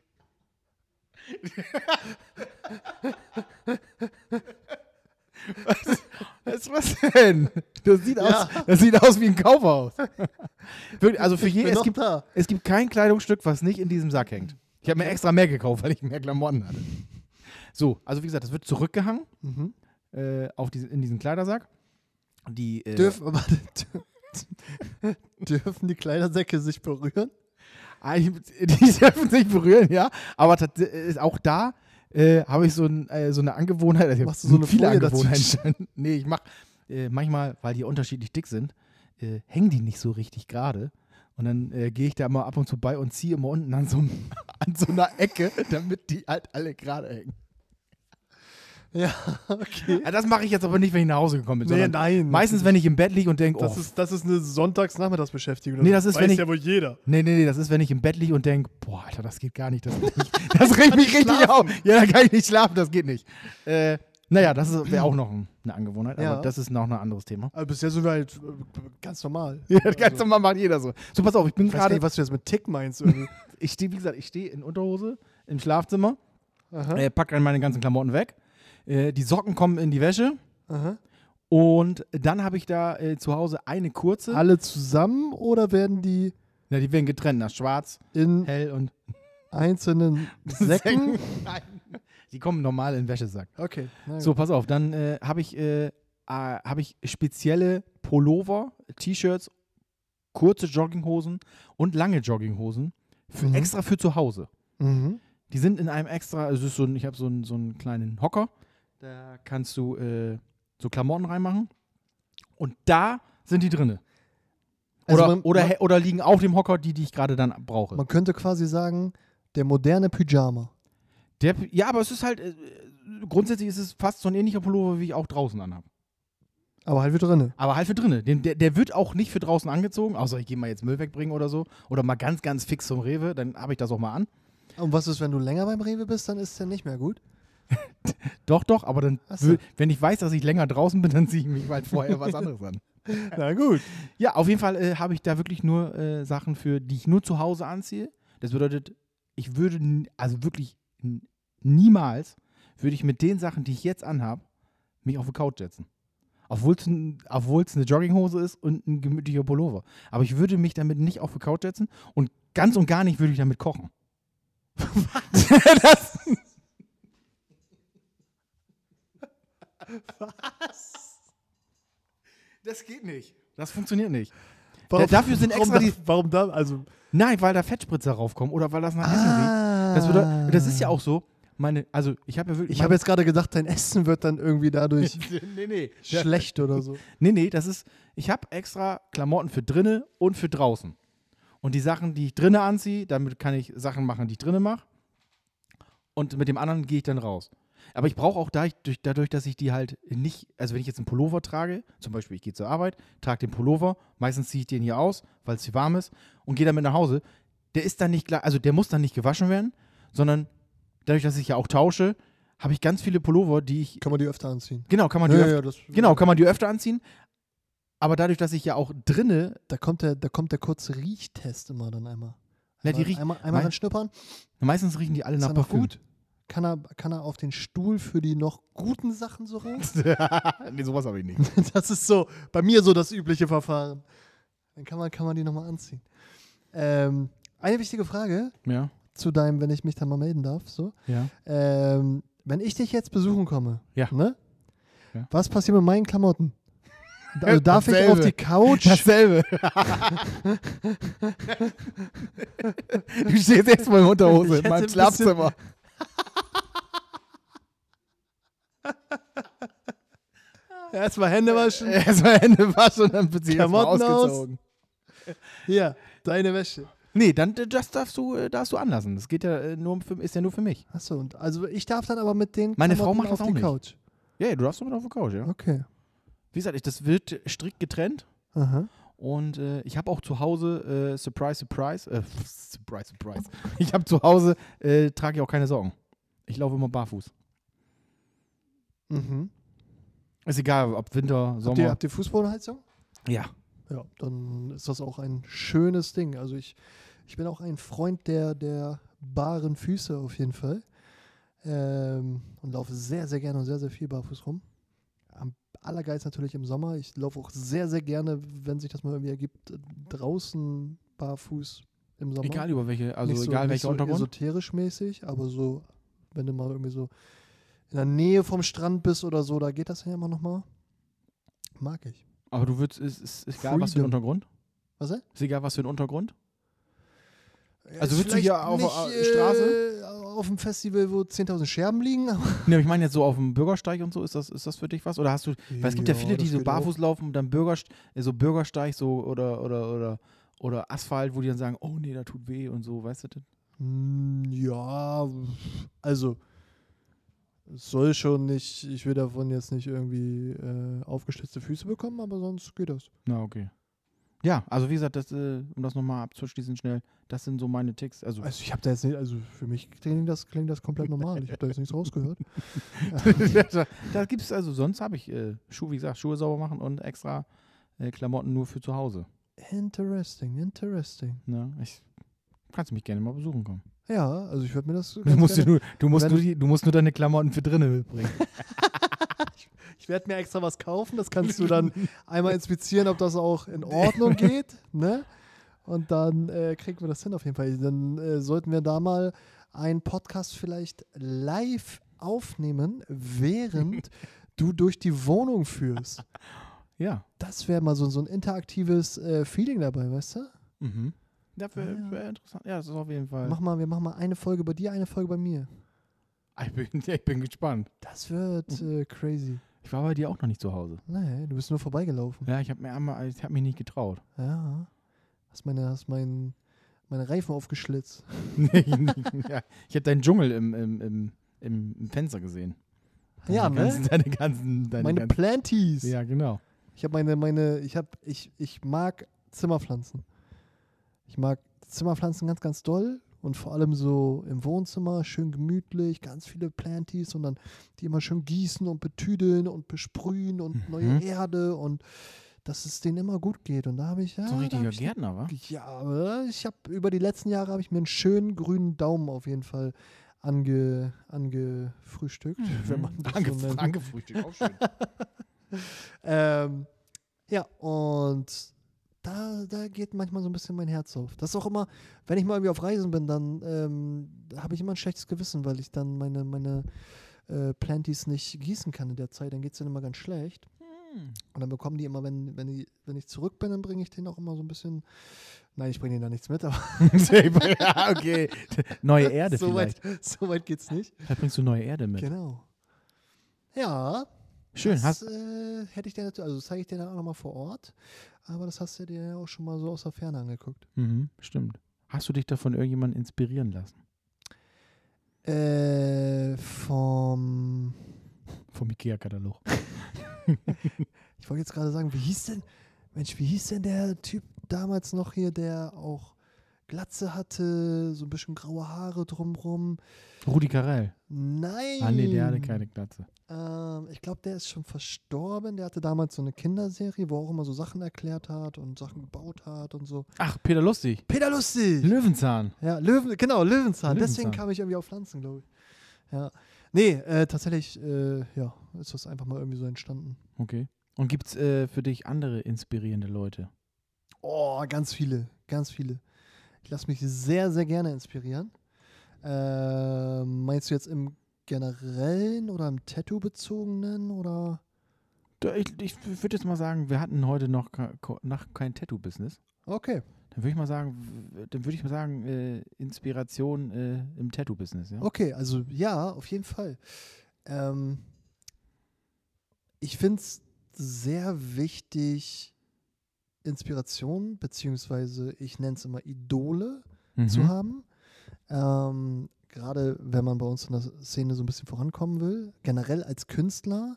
Was denn? Das sieht aus wie ein Kaufhaus. Wirklich, also für
Ich bin noch
es
da.
gibt kein Kleidungsstück, was nicht in diesem Sack hängt. Ich habe mir extra mehr gekauft, weil ich mehr Klamotten hatte. So, also wie gesagt, das wird zurückgehangen
Mhm.
in diesen Kleidersack. Die,
Dürfen die Kleidersäcke sich berühren?
die dürfen sich berühren, ja. Aber auch da habe ich so eine Angewohnheit. Also ich
Machst
hab
du so eine
viele
Folie
Angewohnheiten. Nee, ich mache manchmal, weil die unterschiedlich dick sind, hängen die nicht so richtig gerade. Und dann gehe ich da mal ab und zu bei und ziehe immer unten an so einer Ecke, damit die halt alle gerade hängen.
Ja, okay.
Ja, das mache ich jetzt aber nicht, wenn ich nach Hause gekommen bin.
Nee,
sondern
nein.
meistens, wenn ich im Bett liege und denke,
Das ist eine Sonntagsnachmittagsbeschäftigung.
Nee, das ist, wenn
weiß
ich-
ja wohl jeder.
Nee, das ist, wenn ich im Bett liege und denke, boah, Alter, das geht gar nicht. Das regt mich richtig auf. Ja, da kann ich nicht schlafen, das geht nicht. Naja, das wäre auch noch eine Angewohnheit,
Ja.
aber das ist noch ein anderes Thema.
Aber bisher sind wir halt ganz normal.
Ja, das ganz normal macht jeder so. So, pass auf, ich bin
Ich weiß gar
gerade,
nicht, was du jetzt mit Tick meinst. Irgendwie.
ich stehe in Unterhose im Schlafzimmer,
Aha.
packe dann meine ganzen Klamotten weg, die Socken kommen in die Wäsche
Aha.
und dann habe ich da zu Hause eine kurze,
Alle zusammen oder werden die
na, die werden getrennt, nach schwarz,
in
hell und
einzelnen Säcken?
Nein, die kommen normal in den Wäschesack.
Okay. na
So,
gut.
pass auf, dann habe ich spezielle Pullover, T-Shirts, kurze Jogginghosen und lange Jogginghosen
Mhm.
extra für zu Hause.
Mhm.
Die sind in einem extra, also es ist ich habe so einen kleinen Hocker, da kannst du so Klamotten reinmachen und da sind die drinne.
Also
Oder liegen auf dem Hocker die ich gerade dann brauche.
man könnte quasi sagen, der moderne Pyjama.
Ja, aber es ist halt, grundsätzlich ist es fast so ein ähnlicher Pullover, wie ich auch draußen anhabe.
Aber halt wieder drinne.
Aber halt für drinnen. Der wird auch nicht für draußen angezogen, außer ich gehe mal jetzt Müll wegbringen oder so. Oder mal ganz, ganz fix zum Rewe, dann habe ich das auch mal an.
Und was ist, wenn du länger beim Rewe bist, dann ist der nicht mehr gut?
Doch, aber dann,
Ach so.
wenn ich weiß, dass ich länger draußen bin, dann ziehe ich mich halt vorher was anderes an.
Na gut.
Ja, auf jeden Fall habe ich da wirklich nur Sachen für, die ich nur zu Hause anziehe. Das bedeutet, ich würde, also wirklich niemals, würde ich mit den Sachen, die ich jetzt anhabe, mich auf die Couch setzen. Obwohl es eine Jogginghose ist und ein gemütlicher Pullover. Aber ich würde mich damit nicht auf die Couch setzen und ganz und gar nicht würde ich damit kochen. Was? Das geht nicht. Das funktioniert nicht. Dafür sind extra die.
Warum da? Also.
Nein, weil da Fettspritzer raufkommen oder weil das nach Essen riecht. Das ist ja auch so, also ich habe ja wirklich.
Ich habe jetzt gerade gedacht, dein Essen wird dann irgendwie dadurch
nee.
schlecht oder so.
Nee, ich habe extra Klamotten für drinnen und für draußen. Und die Sachen, die ich drinnen anziehe, damit kann ich Sachen machen, die ich drinnen mache. Und mit dem anderen gehe ich dann raus. Aber ich brauche auch dadurch, dass ich die halt nicht, also wenn ich jetzt einen Pullover trage, zum Beispiel ich gehe zur Arbeit, trage den Pullover, meistens ziehe ich den hier aus, weil es hier warm ist und gehe damit nach Hause. Der ist dann nicht klar, also der muss dann nicht gewaschen werden, sondern dadurch, dass ich ja auch tausche, habe ich ganz viele Pullover, die ich.
Kann man die öfter anziehen?
Genau, kann man die öfter anziehen. Aber dadurch, dass ich ja auch drinne.
Da kommt der kurze Riechtest immer dann einmal.
Ja, die riechen.
Einmal reinschnuppern.
Meistens riechen die alle nach
Parfüm.
Gut?
Kann er auf den Stuhl für die noch guten Sachen so raus?
Nee, sowas habe ich nicht.
Das ist so, bei mir so das übliche Verfahren. Dann kann man die nochmal anziehen. Eine wichtige Frage zu deinem, wenn ich mich da mal melden darf. So.
Ja.
Wenn ich dich jetzt besuchen komme,
ne?
Ja. Was passiert mit meinen Klamotten? Also darf ich auf die Couch?
Dasselbe. Du stehst jetzt mal in Unterhose in meinem Schlafzimmer.
Erstmal Hände waschen.
Und dann wird sie
Klamotten
erstmal ausgezogen.
Hier, deine Wäsche.
Nee, dann das darfst du anlassen. Das geht ja ist ja nur für mich.
Achso, und also ich darf dann aber mit den
Meine
Klamotten
Frau macht das
auf
auch
die
nicht.
Couch.
Ja, du darfst damit auf der Couch, ja.
Okay.
Wie gesagt, das wird strikt getrennt.
Aha.
Und ich habe auch zu Hause, surprise. Ich habe zu Hause, trage ich auch keine Socken. Ich laufe immer barfuß.
Mhm.
Ist egal, ob Winter, Sommer.
Habt ihr Fußbodenheizung?
Ja.
Ja, dann ist das auch ein schönes Ding. Also ich bin auch ein Freund der baren Füße auf jeden Fall. Und laufe sehr, sehr gerne und sehr, sehr viel barfuß rum. Am allergeilsten natürlich im Sommer. Ich laufe auch sehr, sehr gerne, wenn sich das mal irgendwie ergibt, draußen barfuß im Sommer.
Egal über welche, also
nicht
egal
so,
welcher
nicht
Untergrund.
so esoterisch mäßig, aber so, wenn du mal irgendwie so in der Nähe vom Strand bist oder so, da geht das ja immer noch mal. Mag ich.
Aber du würdest, ist egal, was für ein Untergrund?
Was denn?
Ist egal, was für ein Untergrund?
Ja,
Also würdest du hier auf der Straße?
Auf dem Festival, wo 10.000 Scherben liegen?
Ne, aber ich meine jetzt so auf dem Bürgersteig und so, ist das für dich was? Oder hast du, weil es gibt ja viele, die so barfuß laufen und dann Bürgersteig so oder Asphalt, wo die dann sagen, oh nee, da tut weh und so, weißt du das?
Ja, also es soll schon nicht, ich will davon jetzt nicht irgendwie aufgestützte Füße bekommen, aber sonst geht das.
Na, okay. Ja, also wie gesagt, um das nochmal abzuschließen schnell, das sind so meine Ticks. Also
ich habe da jetzt nicht, also für mich klingt das komplett normal. Ich habe da jetzt nichts rausgehört.
Da gibt es, also sonst habe ich Schuhe sauber machen und extra Klamotten nur für zu Hause.
Interesting.
Ja, kannst du mich gerne mal besuchen kommen.
Ja, also ich würde mir das.
Du musst nur deine Klamotten für drinnen mitbringen.
Ich werde mir extra was kaufen, das kannst du dann einmal inspizieren, ob das auch in Ordnung geht, ne? Und dann kriegen wir das hin auf jeden Fall. Dann sollten wir da mal einen Podcast vielleicht live aufnehmen, während du durch die Wohnung führst.
Ja.
Das wäre mal so ein interaktives Feeling dabei, weißt du?
Mhm. Das wäre interessant. Ja, das ist auf jeden Fall.
Wir machen mal eine Folge bei dir, eine Folge bei mir.
Ich bin gespannt.
Das wird crazy.
Ich war bei dir auch noch nicht zu Hause.
Nee, du bist nur vorbeigelaufen.
Ja, ich habe mich nicht getraut.
Ja. Hast meine Reifen aufgeschlitzt.
Ja, ich habe deinen Dschungel im Fenster gesehen.
Ja,
Deine ganzen
Planties.
Ja, genau.
Ich habe ich mag Zimmerpflanzen. Ich mag Zimmerpflanzen ganz, ganz doll. Und vor allem so im Wohnzimmer, schön gemütlich, ganz viele Planties und dann die immer schön gießen und betüdeln und besprühen und neue Erde und dass es denen immer gut geht. Und da habe ich,
so ein richtiger Gärtner, wa?
Ja, ich habe über die letzten Jahre habe ich mir einen schönen grünen Daumen auf jeden Fall angefrühstückt, wenn man das so nennt.
Angefrühstückt, auch schön.
Ja, und da geht manchmal so ein bisschen mein Herz auf. Das ist auch immer, wenn ich mal irgendwie auf Reisen bin, dann habe ich immer ein schlechtes Gewissen, weil ich dann meine Planties nicht gießen kann in der Zeit. Dann geht es denen immer ganz schlecht. Und dann bekommen die immer, wenn ich zurück bin, dann bringe ich denen auch immer so ein bisschen Nein, ich bringe Ihnen da nichts mit, aber
Ja, okay. Neue Erde
so
vielleicht.
so weit geht's nicht.
Vielleicht bringst du neue Erde mit.
Genau. Ja.
Schön.
Das hätte ich dir natürlich, also das zeige ich dir dann auch nochmal vor Ort, aber das hast du dir ja auch schon mal so aus der Ferne angeguckt.
Stimmt. Hast du dich davon irgendjemandem inspirieren lassen?
Vom
Ikea-Katalog.
Ich wollte jetzt gerade sagen, wie hieß denn der Typ damals noch hier, der auch Glatze hatte, so ein bisschen graue Haare drumrum?
Rudi Carrell.
Nein.
Nee, der hatte keine Glatze.
Ich glaube, der ist schon verstorben. Der hatte damals so eine Kinderserie, wo er auch immer so Sachen erklärt hat und Sachen gebaut hat und so.
Ach, Peter Lustig.
Peter Lustig!
Löwenzahn.
Ja, Löwenzahn.
Löwenzahn.
Deswegen kam ich irgendwie auf Pflanzen, glaube ich. Ja. Nee, tatsächlich, ist das einfach mal irgendwie so entstanden.
Okay. Und gibt es für dich andere inspirierende Leute?
Oh, ganz viele, ganz viele. Ich lasse mich sehr, sehr gerne inspirieren. Meinst du jetzt im Generellen oder im Tattoo-bezogenen oder?
Ich würde jetzt mal sagen, wir hatten heute noch kein Tattoo-Business.
Okay.
Dann würde ich mal sagen, Inspiration im Tattoo-Business, ja.
Okay, also ja, auf jeden Fall. Ich finde es sehr wichtig, Inspiration, beziehungsweise ich nenne es immer Idole zu haben. Gerade wenn man bei uns in der Szene so ein bisschen vorankommen will, generell als Künstler.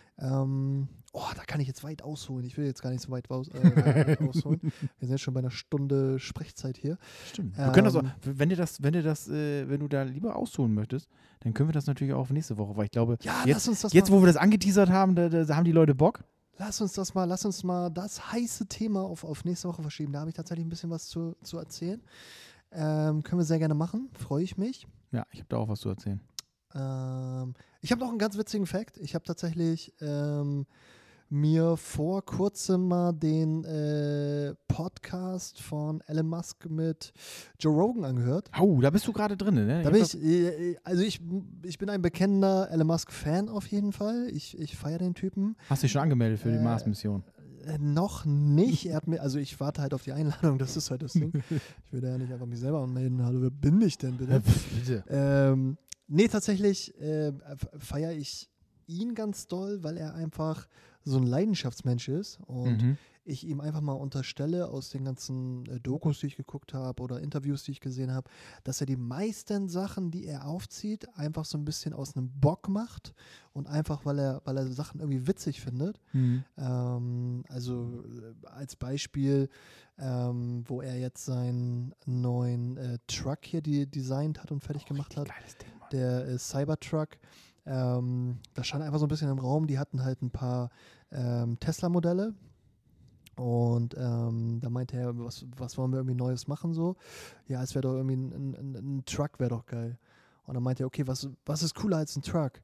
Da kann ich jetzt weit ausholen. Ich will jetzt gar nicht so weit ausholen. Wir sind jetzt schon bei einer Stunde Sprechzeit hier.
Stimmt. Wir können das auch, wenn du da lieber ausholen möchtest, dann können wir das natürlich auch nächste Woche, weil ich glaube,
Ja,
jetzt,
lass uns
jetzt wo wir das angeteasert haben, da haben die Leute Bock.
Lass uns mal das heiße Thema auf nächste Woche verschieben. Da habe ich tatsächlich ein bisschen was zu erzählen. Können wir sehr gerne machen. Freue ich mich.
Ja, ich habe da auch was zu erzählen.
Ich habe noch einen ganz witzigen Fact. Ich habe tatsächlich mir vor kurzem mal den Podcast von Elon Musk mit Joe Rogan angehört.
Oh, da bist du gerade drin, ne?
Ich bin ein bekennender Elon Musk-Fan auf jeden Fall. Ich feiere den Typen.
Hast dich schon angemeldet für die Mars-Mission?
Noch nicht. Ich warte halt auf die Einladung, das ist halt das Ding. Ich würde ja nicht einfach mich selber anmelden. Hallo, wer bin ich denn bitte?
Bitte.
Nee, tatsächlich feiere ich ihn ganz doll, weil er einfach so ein Leidenschaftsmensch ist und ich ihm einfach mal unterstelle aus den ganzen Dokus, die ich geguckt habe oder Interviews, die ich gesehen habe, dass er die meisten Sachen, die er aufzieht, einfach so ein bisschen aus einem Bock macht und einfach, weil er Sachen irgendwie witzig findet. Also als Beispiel, wo er jetzt seinen neuen Truck hier designt hat und fertig gemacht hat.
Geiles Ding, Mann.
Der Cybertruck. Da stand einfach so ein bisschen im Raum, die hatten halt ein paar Tesla-Modelle und da meinte er, was wollen wir irgendwie Neues machen so? Ja, es wäre doch irgendwie ein Truck wäre doch geil. Und dann meinte er, okay, was ist cooler als ein Truck?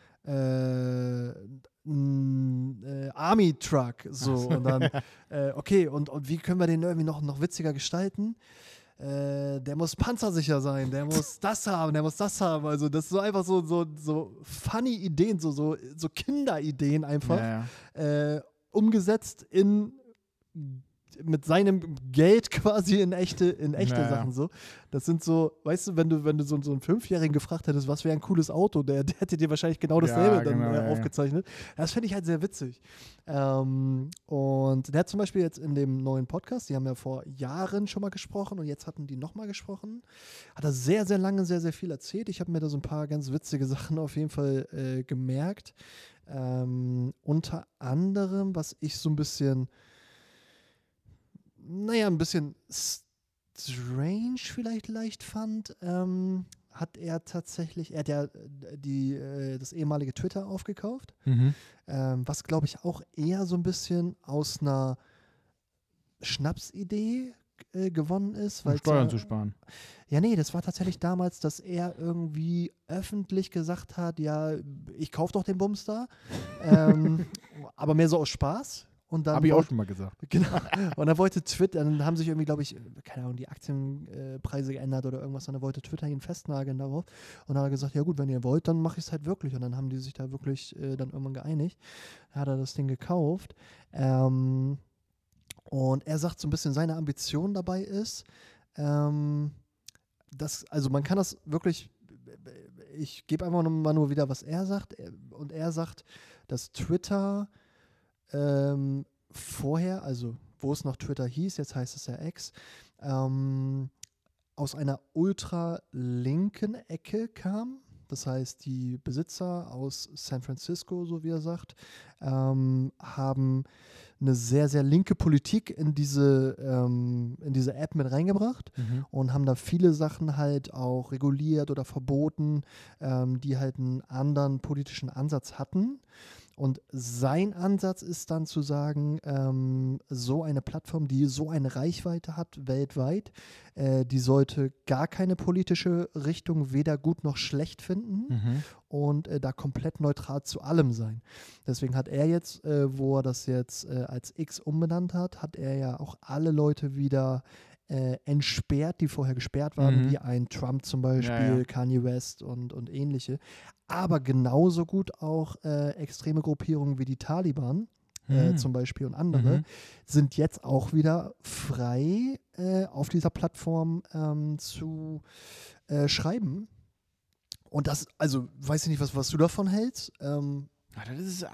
Army-Truck, so. Und dann, okay, und wie können wir den irgendwie noch witziger gestalten? Der muss panzersicher sein, der muss das haben, der muss das haben. Also das ist so einfach so funny Ideen, so Kinderideen einfach, umgesetzt mit seinem Geld quasi in echte Sachen so. Das sind so, weißt du, wenn du so einen Fünfjährigen gefragt hättest, was wäre ein cooles Auto, der hätte dir wahrscheinlich genau dasselbe aufgezeichnet. Das finde ich halt sehr witzig. Und der hat zum Beispiel jetzt in dem neuen Podcast, die haben ja vor Jahren schon mal gesprochen und jetzt hatten die nochmal gesprochen, hat er sehr, sehr lange, sehr, sehr viel erzählt. Ich habe mir da so ein paar ganz witzige Sachen auf jeden Fall gemerkt. Unter anderem, was ich so ein bisschen strange vielleicht leicht fand, hat er hat ja das ehemalige Twitter aufgekauft, was glaube ich auch eher so ein bisschen aus einer Schnapsidee gewonnen ist.
Um Steuern zu sparen.
Ja, nee, das war tatsächlich damals, dass er irgendwie öffentlich gesagt hat, ja, ich kaufe doch den Bums da, aber mehr so aus Spaß.
Habe ich auch schon mal gesagt.
Genau. Und dann wollte Twitter, dann haben sich irgendwie, glaube ich, keine Ahnung, die Aktienpreise geändert oder irgendwas. Und dann wollte Twitter ihn festnageln darauf. Und dann hat er gesagt, ja gut, wenn ihr wollt, dann mache ich es halt wirklich. Und dann haben die sich da wirklich dann irgendwann geeinigt. Dann hat er das Ding gekauft. Und er sagt so ein bisschen, seine Ambition dabei ist, also man kann das wirklich, ich gebe einfach mal nur wieder, was er sagt. Und er sagt, dass Twitter vorher, also wo es noch Twitter hieß, jetzt heißt es ja X, aus einer ultralinken Ecke kam. Das heißt, die Besitzer aus San Francisco, so wie er sagt, haben eine sehr, sehr linke Politik in diese App mit reingebracht und haben da viele Sachen halt auch reguliert oder verboten, die halt einen anderen politischen Ansatz hatten. Und sein Ansatz ist dann zu sagen, so eine Plattform, die so eine Reichweite hat weltweit, die sollte gar keine politische Richtung weder gut noch schlecht finden und da komplett neutral zu allem sein. Deswegen hat er jetzt, wo er das jetzt als X umbenannt hat, hat er ja auch alle Leute wieder entsperrt, die vorher gesperrt waren, wie ein Trump zum Beispiel, Kanye West und ähnliche. Aber genauso gut auch extreme Gruppierungen wie die Taliban zum Beispiel und andere sind jetzt auch wieder frei auf dieser Plattform zu schreiben. Und das, also weiß ich nicht, was du davon hältst.
Das ist,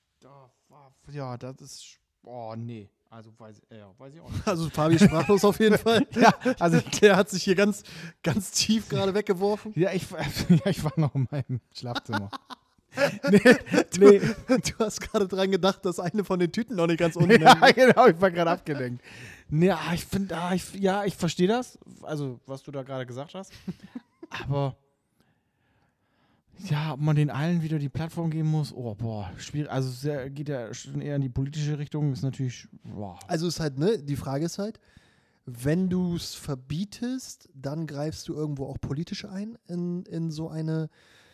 nee. Also weiß ich auch nicht.
Also Fabi sprachlos auf jeden Fall.
Ja, also
der hat sich hier ganz, ganz tief gerade weggeworfen.
Ja, ich war noch in meinem Schlafzimmer.
Du hast gerade dran gedacht, dass eine von den Tüten noch nicht ganz unten
Ja, genau, ich war gerade abgelenkt. Ja, ich finde, ich verstehe das, also was du da gerade gesagt hast. Aber ja, ob man den allen wieder die Plattform geben muss, schwierig. Also es geht ja schon eher in die politische Richtung, ist natürlich,
Also ist halt, ne, die Frage ist halt, wenn du es verbietest, dann greifst du irgendwo auch politisch ein in so eine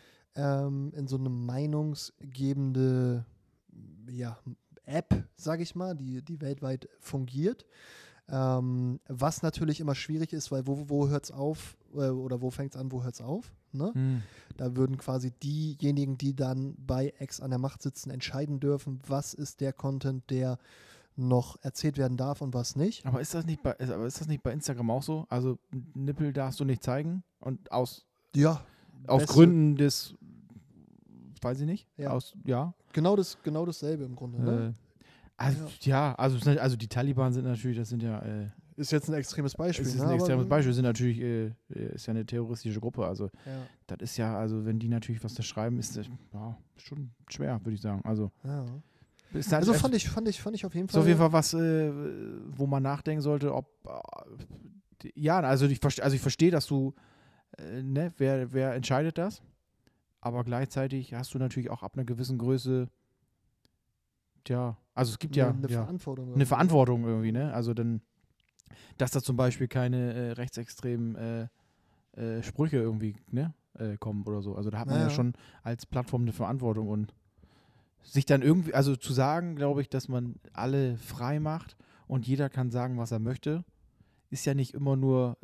meinungsgebende App, sage ich mal, die weltweit fungiert. Was natürlich immer schwierig ist, weil wo hört es auf oder wo fängt es an, wo hört es auf? Ne? Da würden quasi diejenigen, die dann bei X an der Macht sitzen, entscheiden dürfen, was ist der Content, der noch erzählt werden darf und was nicht.
Aber ist das nicht bei Instagram auch so? Also Nippel darfst du nicht zeigen und aus Gründen des, weiß ich nicht,
Genau dasselbe im Grunde, ne?
Also die Taliban sind natürlich, das sind ja
ist jetzt ein extremes Beispiel.
Es ist ein extremes Beispiel, sind natürlich, ist ja eine terroristische Gruppe, also das ist ja, also wenn die natürlich was da schreiben, ist das schon schwer, würde ich sagen. Also,
also fand ich auf jeden Fall.
Ist auf jeden Fall was, wo man nachdenken sollte, ob also ich verstehe, dass du, wer entscheidet das, aber gleichzeitig hast du natürlich auch ab einer gewissen Größe, also es gibt
eine Verantwortung.
Eine Verantwortung irgendwie, ne? Also dann, dass da zum Beispiel keine rechtsextremen Sprüche irgendwie kommen oder so. Also da hat man ja schon als Plattform eine Verantwortung und sich dann irgendwie, also zu sagen, glaube ich, dass man alle frei macht und jeder kann sagen, was er möchte, ist ja nicht immer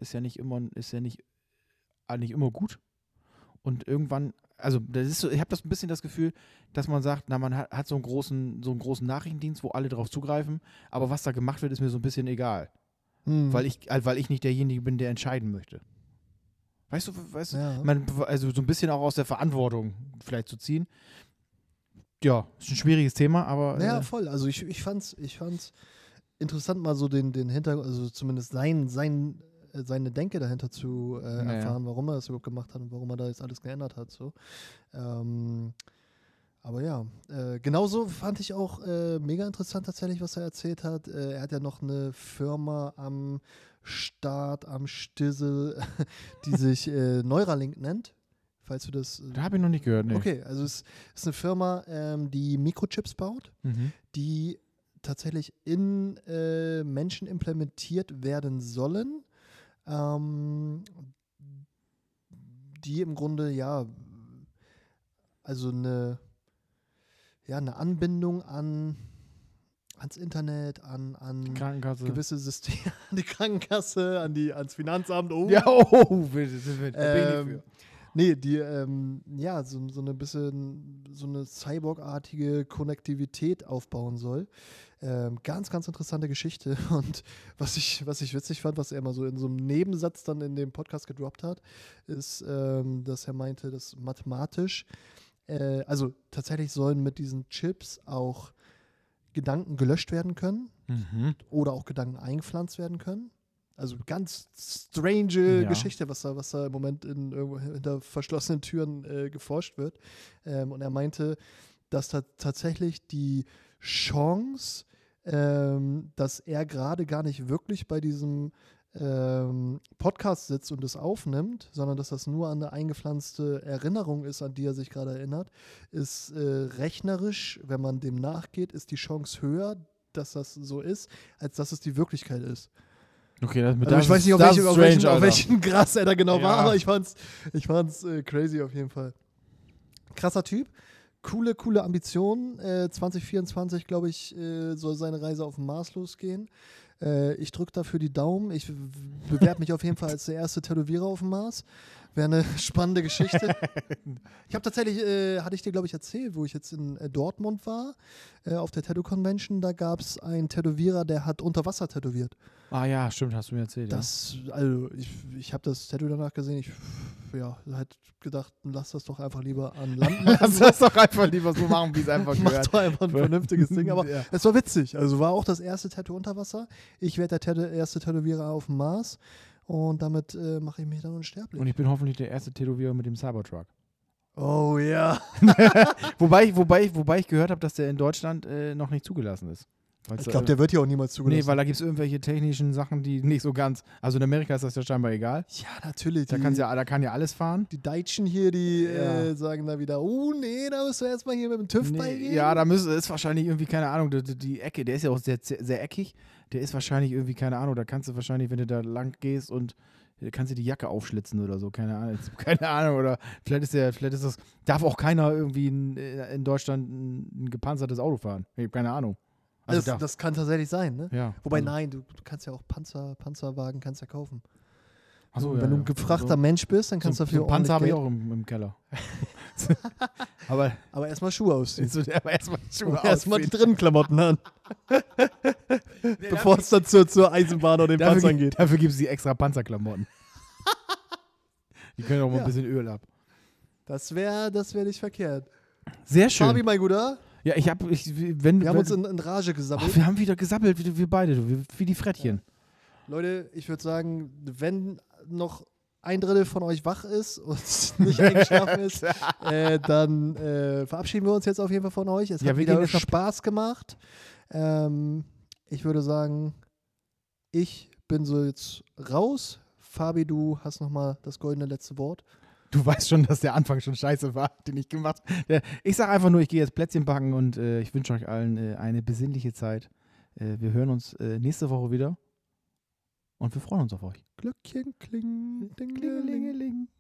gut. Und irgendwann, also das ist so, ich habe das ein bisschen das Gefühl, dass man sagt, man hat so einen großen Nachrichtendienst, wo alle drauf zugreifen, aber was da gemacht wird, ist mir so ein bisschen egal. Weil ich nicht derjenige bin, der entscheiden möchte. Weißt du, also so ein bisschen auch aus der Verantwortung vielleicht zu ziehen. Ja, ist ein schwieriges Thema, aber.
Ja, voll. Also ich fand's interessant, mal so den Hintergrund, also zumindest seine Denke dahinter zu erfahren, warum er das überhaupt gemacht hat und warum er da jetzt alles geändert hat. So. Aber ja, genauso fand ich auch mega interessant tatsächlich, was er erzählt hat. Er hat ja noch eine Firma am Start, am Stissel, die sich Neuralink nennt. Falls du das.
Da habe ich noch nicht gehört, ne.
Okay, also es ist eine Firma, die Mikrochips baut, die tatsächlich in Menschen implementiert werden sollen, die im Grunde also eine Anbindung ans Internet, an
die Krankenkasse.
Gewisse Systeme, an die Krankenkasse, ans Finanzamt.
Ja, bin ich nicht für.
Nee, die, so eine bisschen, so eine Cyborg-artige Konnektivität aufbauen soll. Ganz, ganz interessante Geschichte. Und was ich witzig fand, was er mal so in so einem Nebensatz dann in dem Podcast gedroppt hat, ist, dass er meinte, dass mathematisch, also tatsächlich sollen mit diesen Chips auch Gedanken gelöscht werden können oder auch Gedanken eingepflanzt werden können. Also ganz strange Geschichte, was da im Moment irgendwo hinter verschlossenen Türen geforscht wird. Und er meinte, dass tatsächlich die Chance, dass er gerade gar nicht wirklich bei diesem Podcast sitzt und es aufnimmt, sondern dass das nur eine eingepflanzte Erinnerung ist, an die er sich gerade erinnert, ist rechnerisch, wenn man dem nachgeht, ist die Chance höher, dass das so ist, als dass es die Wirklichkeit ist.
Okay,
also ich weiß nicht, auf welchen Gras er da genau war, aber ich fand's crazy auf jeden Fall. Krasser Typ. Coole Ambitionen. 2024, glaube ich, soll seine Reise auf den Mars losgehen. Ich drücke dafür die Daumen. Ich bewerbe mich auf jeden Fall als der erste Tätowierer auf dem Mars. Wäre eine spannende Geschichte. Ich habe tatsächlich, hatte ich dir, glaube ich, erzählt, wo ich jetzt in Dortmund war, auf der Tattoo-Convention, da gab es einen Tätowierer, der hat unter Wasser tätowiert.
Ah ja, stimmt, hast du mir erzählt.
Also ich habe das Tattoo danach gesehen, ich hätte gedacht, lass das doch einfach lieber an Land machen.
Lass das doch einfach lieber so machen, wie es einfach gehört.
Mach doch einfach ein vernünftiges Ding, aber es war witzig. Also war auch das erste Tattoo unter Wasser. Ich werde der erste Tätowierer auf dem Mars und damit mache ich mich dann unsterblich.
Und ich bin hoffentlich der erste Tätowierer mit dem Cybertruck.
Oh ja.
wobei ich gehört habe, dass der in Deutschland noch nicht zugelassen ist.
Ich glaube, der wird ja auch niemals zugelassen.
Nee, weil da gibt es irgendwelche technischen Sachen, die nicht so ganz. Also in Amerika ist das ja scheinbar egal.
Ja, natürlich.
Da kann ja alles fahren.
Die Deutschen hier, die sagen da wieder, oh nee, da musst du erstmal hier mit dem TÜV beigehen.
Ja, da ist wahrscheinlich irgendwie, keine Ahnung, die Ecke, der ist ja auch sehr, sehr eckig. Der ist wahrscheinlich irgendwie, keine Ahnung, da kannst du wahrscheinlich, wenn du da lang gehst und kannst du die Jacke aufschlitzen oder so, keine Ahnung, oder vielleicht ist das, darf auch keiner irgendwie in Deutschland ein gepanzertes Auto fahren. Ich habe keine Ahnung.
Also das kann tatsächlich sein, ne?
Ja.
Wobei, nein, du kannst ja auch Panzerwagen kannst ja kaufen.
Achso,
wenn du ein gefragter Mensch bist, dann kannst du dafür
so Panzer habe ich auch im Keller.
aber erstmal Schuhe ausziehen.
Erstmal
die drinnen Klamotten an. Bevor es dann zur Eisenbahn oder den Panzern geht.
Dafür gibt es die extra Panzerklamotten. Die können auch mal ein bisschen Öl ab.
Das wär nicht verkehrt.
Sehr schön.
Fabi, mein Guter.
Ja, wir
haben uns in Rage gesammelt.
Wir haben wieder gesammelt, wir beide, wie die Frettchen.
Ja. Leute, ich würde sagen, wenn noch 1/3 von euch wach ist und nicht eingeschlafen ist, dann verabschieden wir uns jetzt auf jeden Fall von euch. Es hat wieder Spaß gemacht. Ich würde sagen, ich bin so jetzt raus. Fabi, du hast nochmal das goldene letzte Wort.
Du weißt schon, dass der Anfang schon scheiße war, den ich gemacht habe. Ich sage einfach nur, ich gehe jetzt Plätzchen backen und ich wünsche euch allen eine besinnliche Zeit. Wir hören uns nächste Woche wieder und wir freuen uns auf euch.
Glöckchen klingen, ding,
Klingelingeling.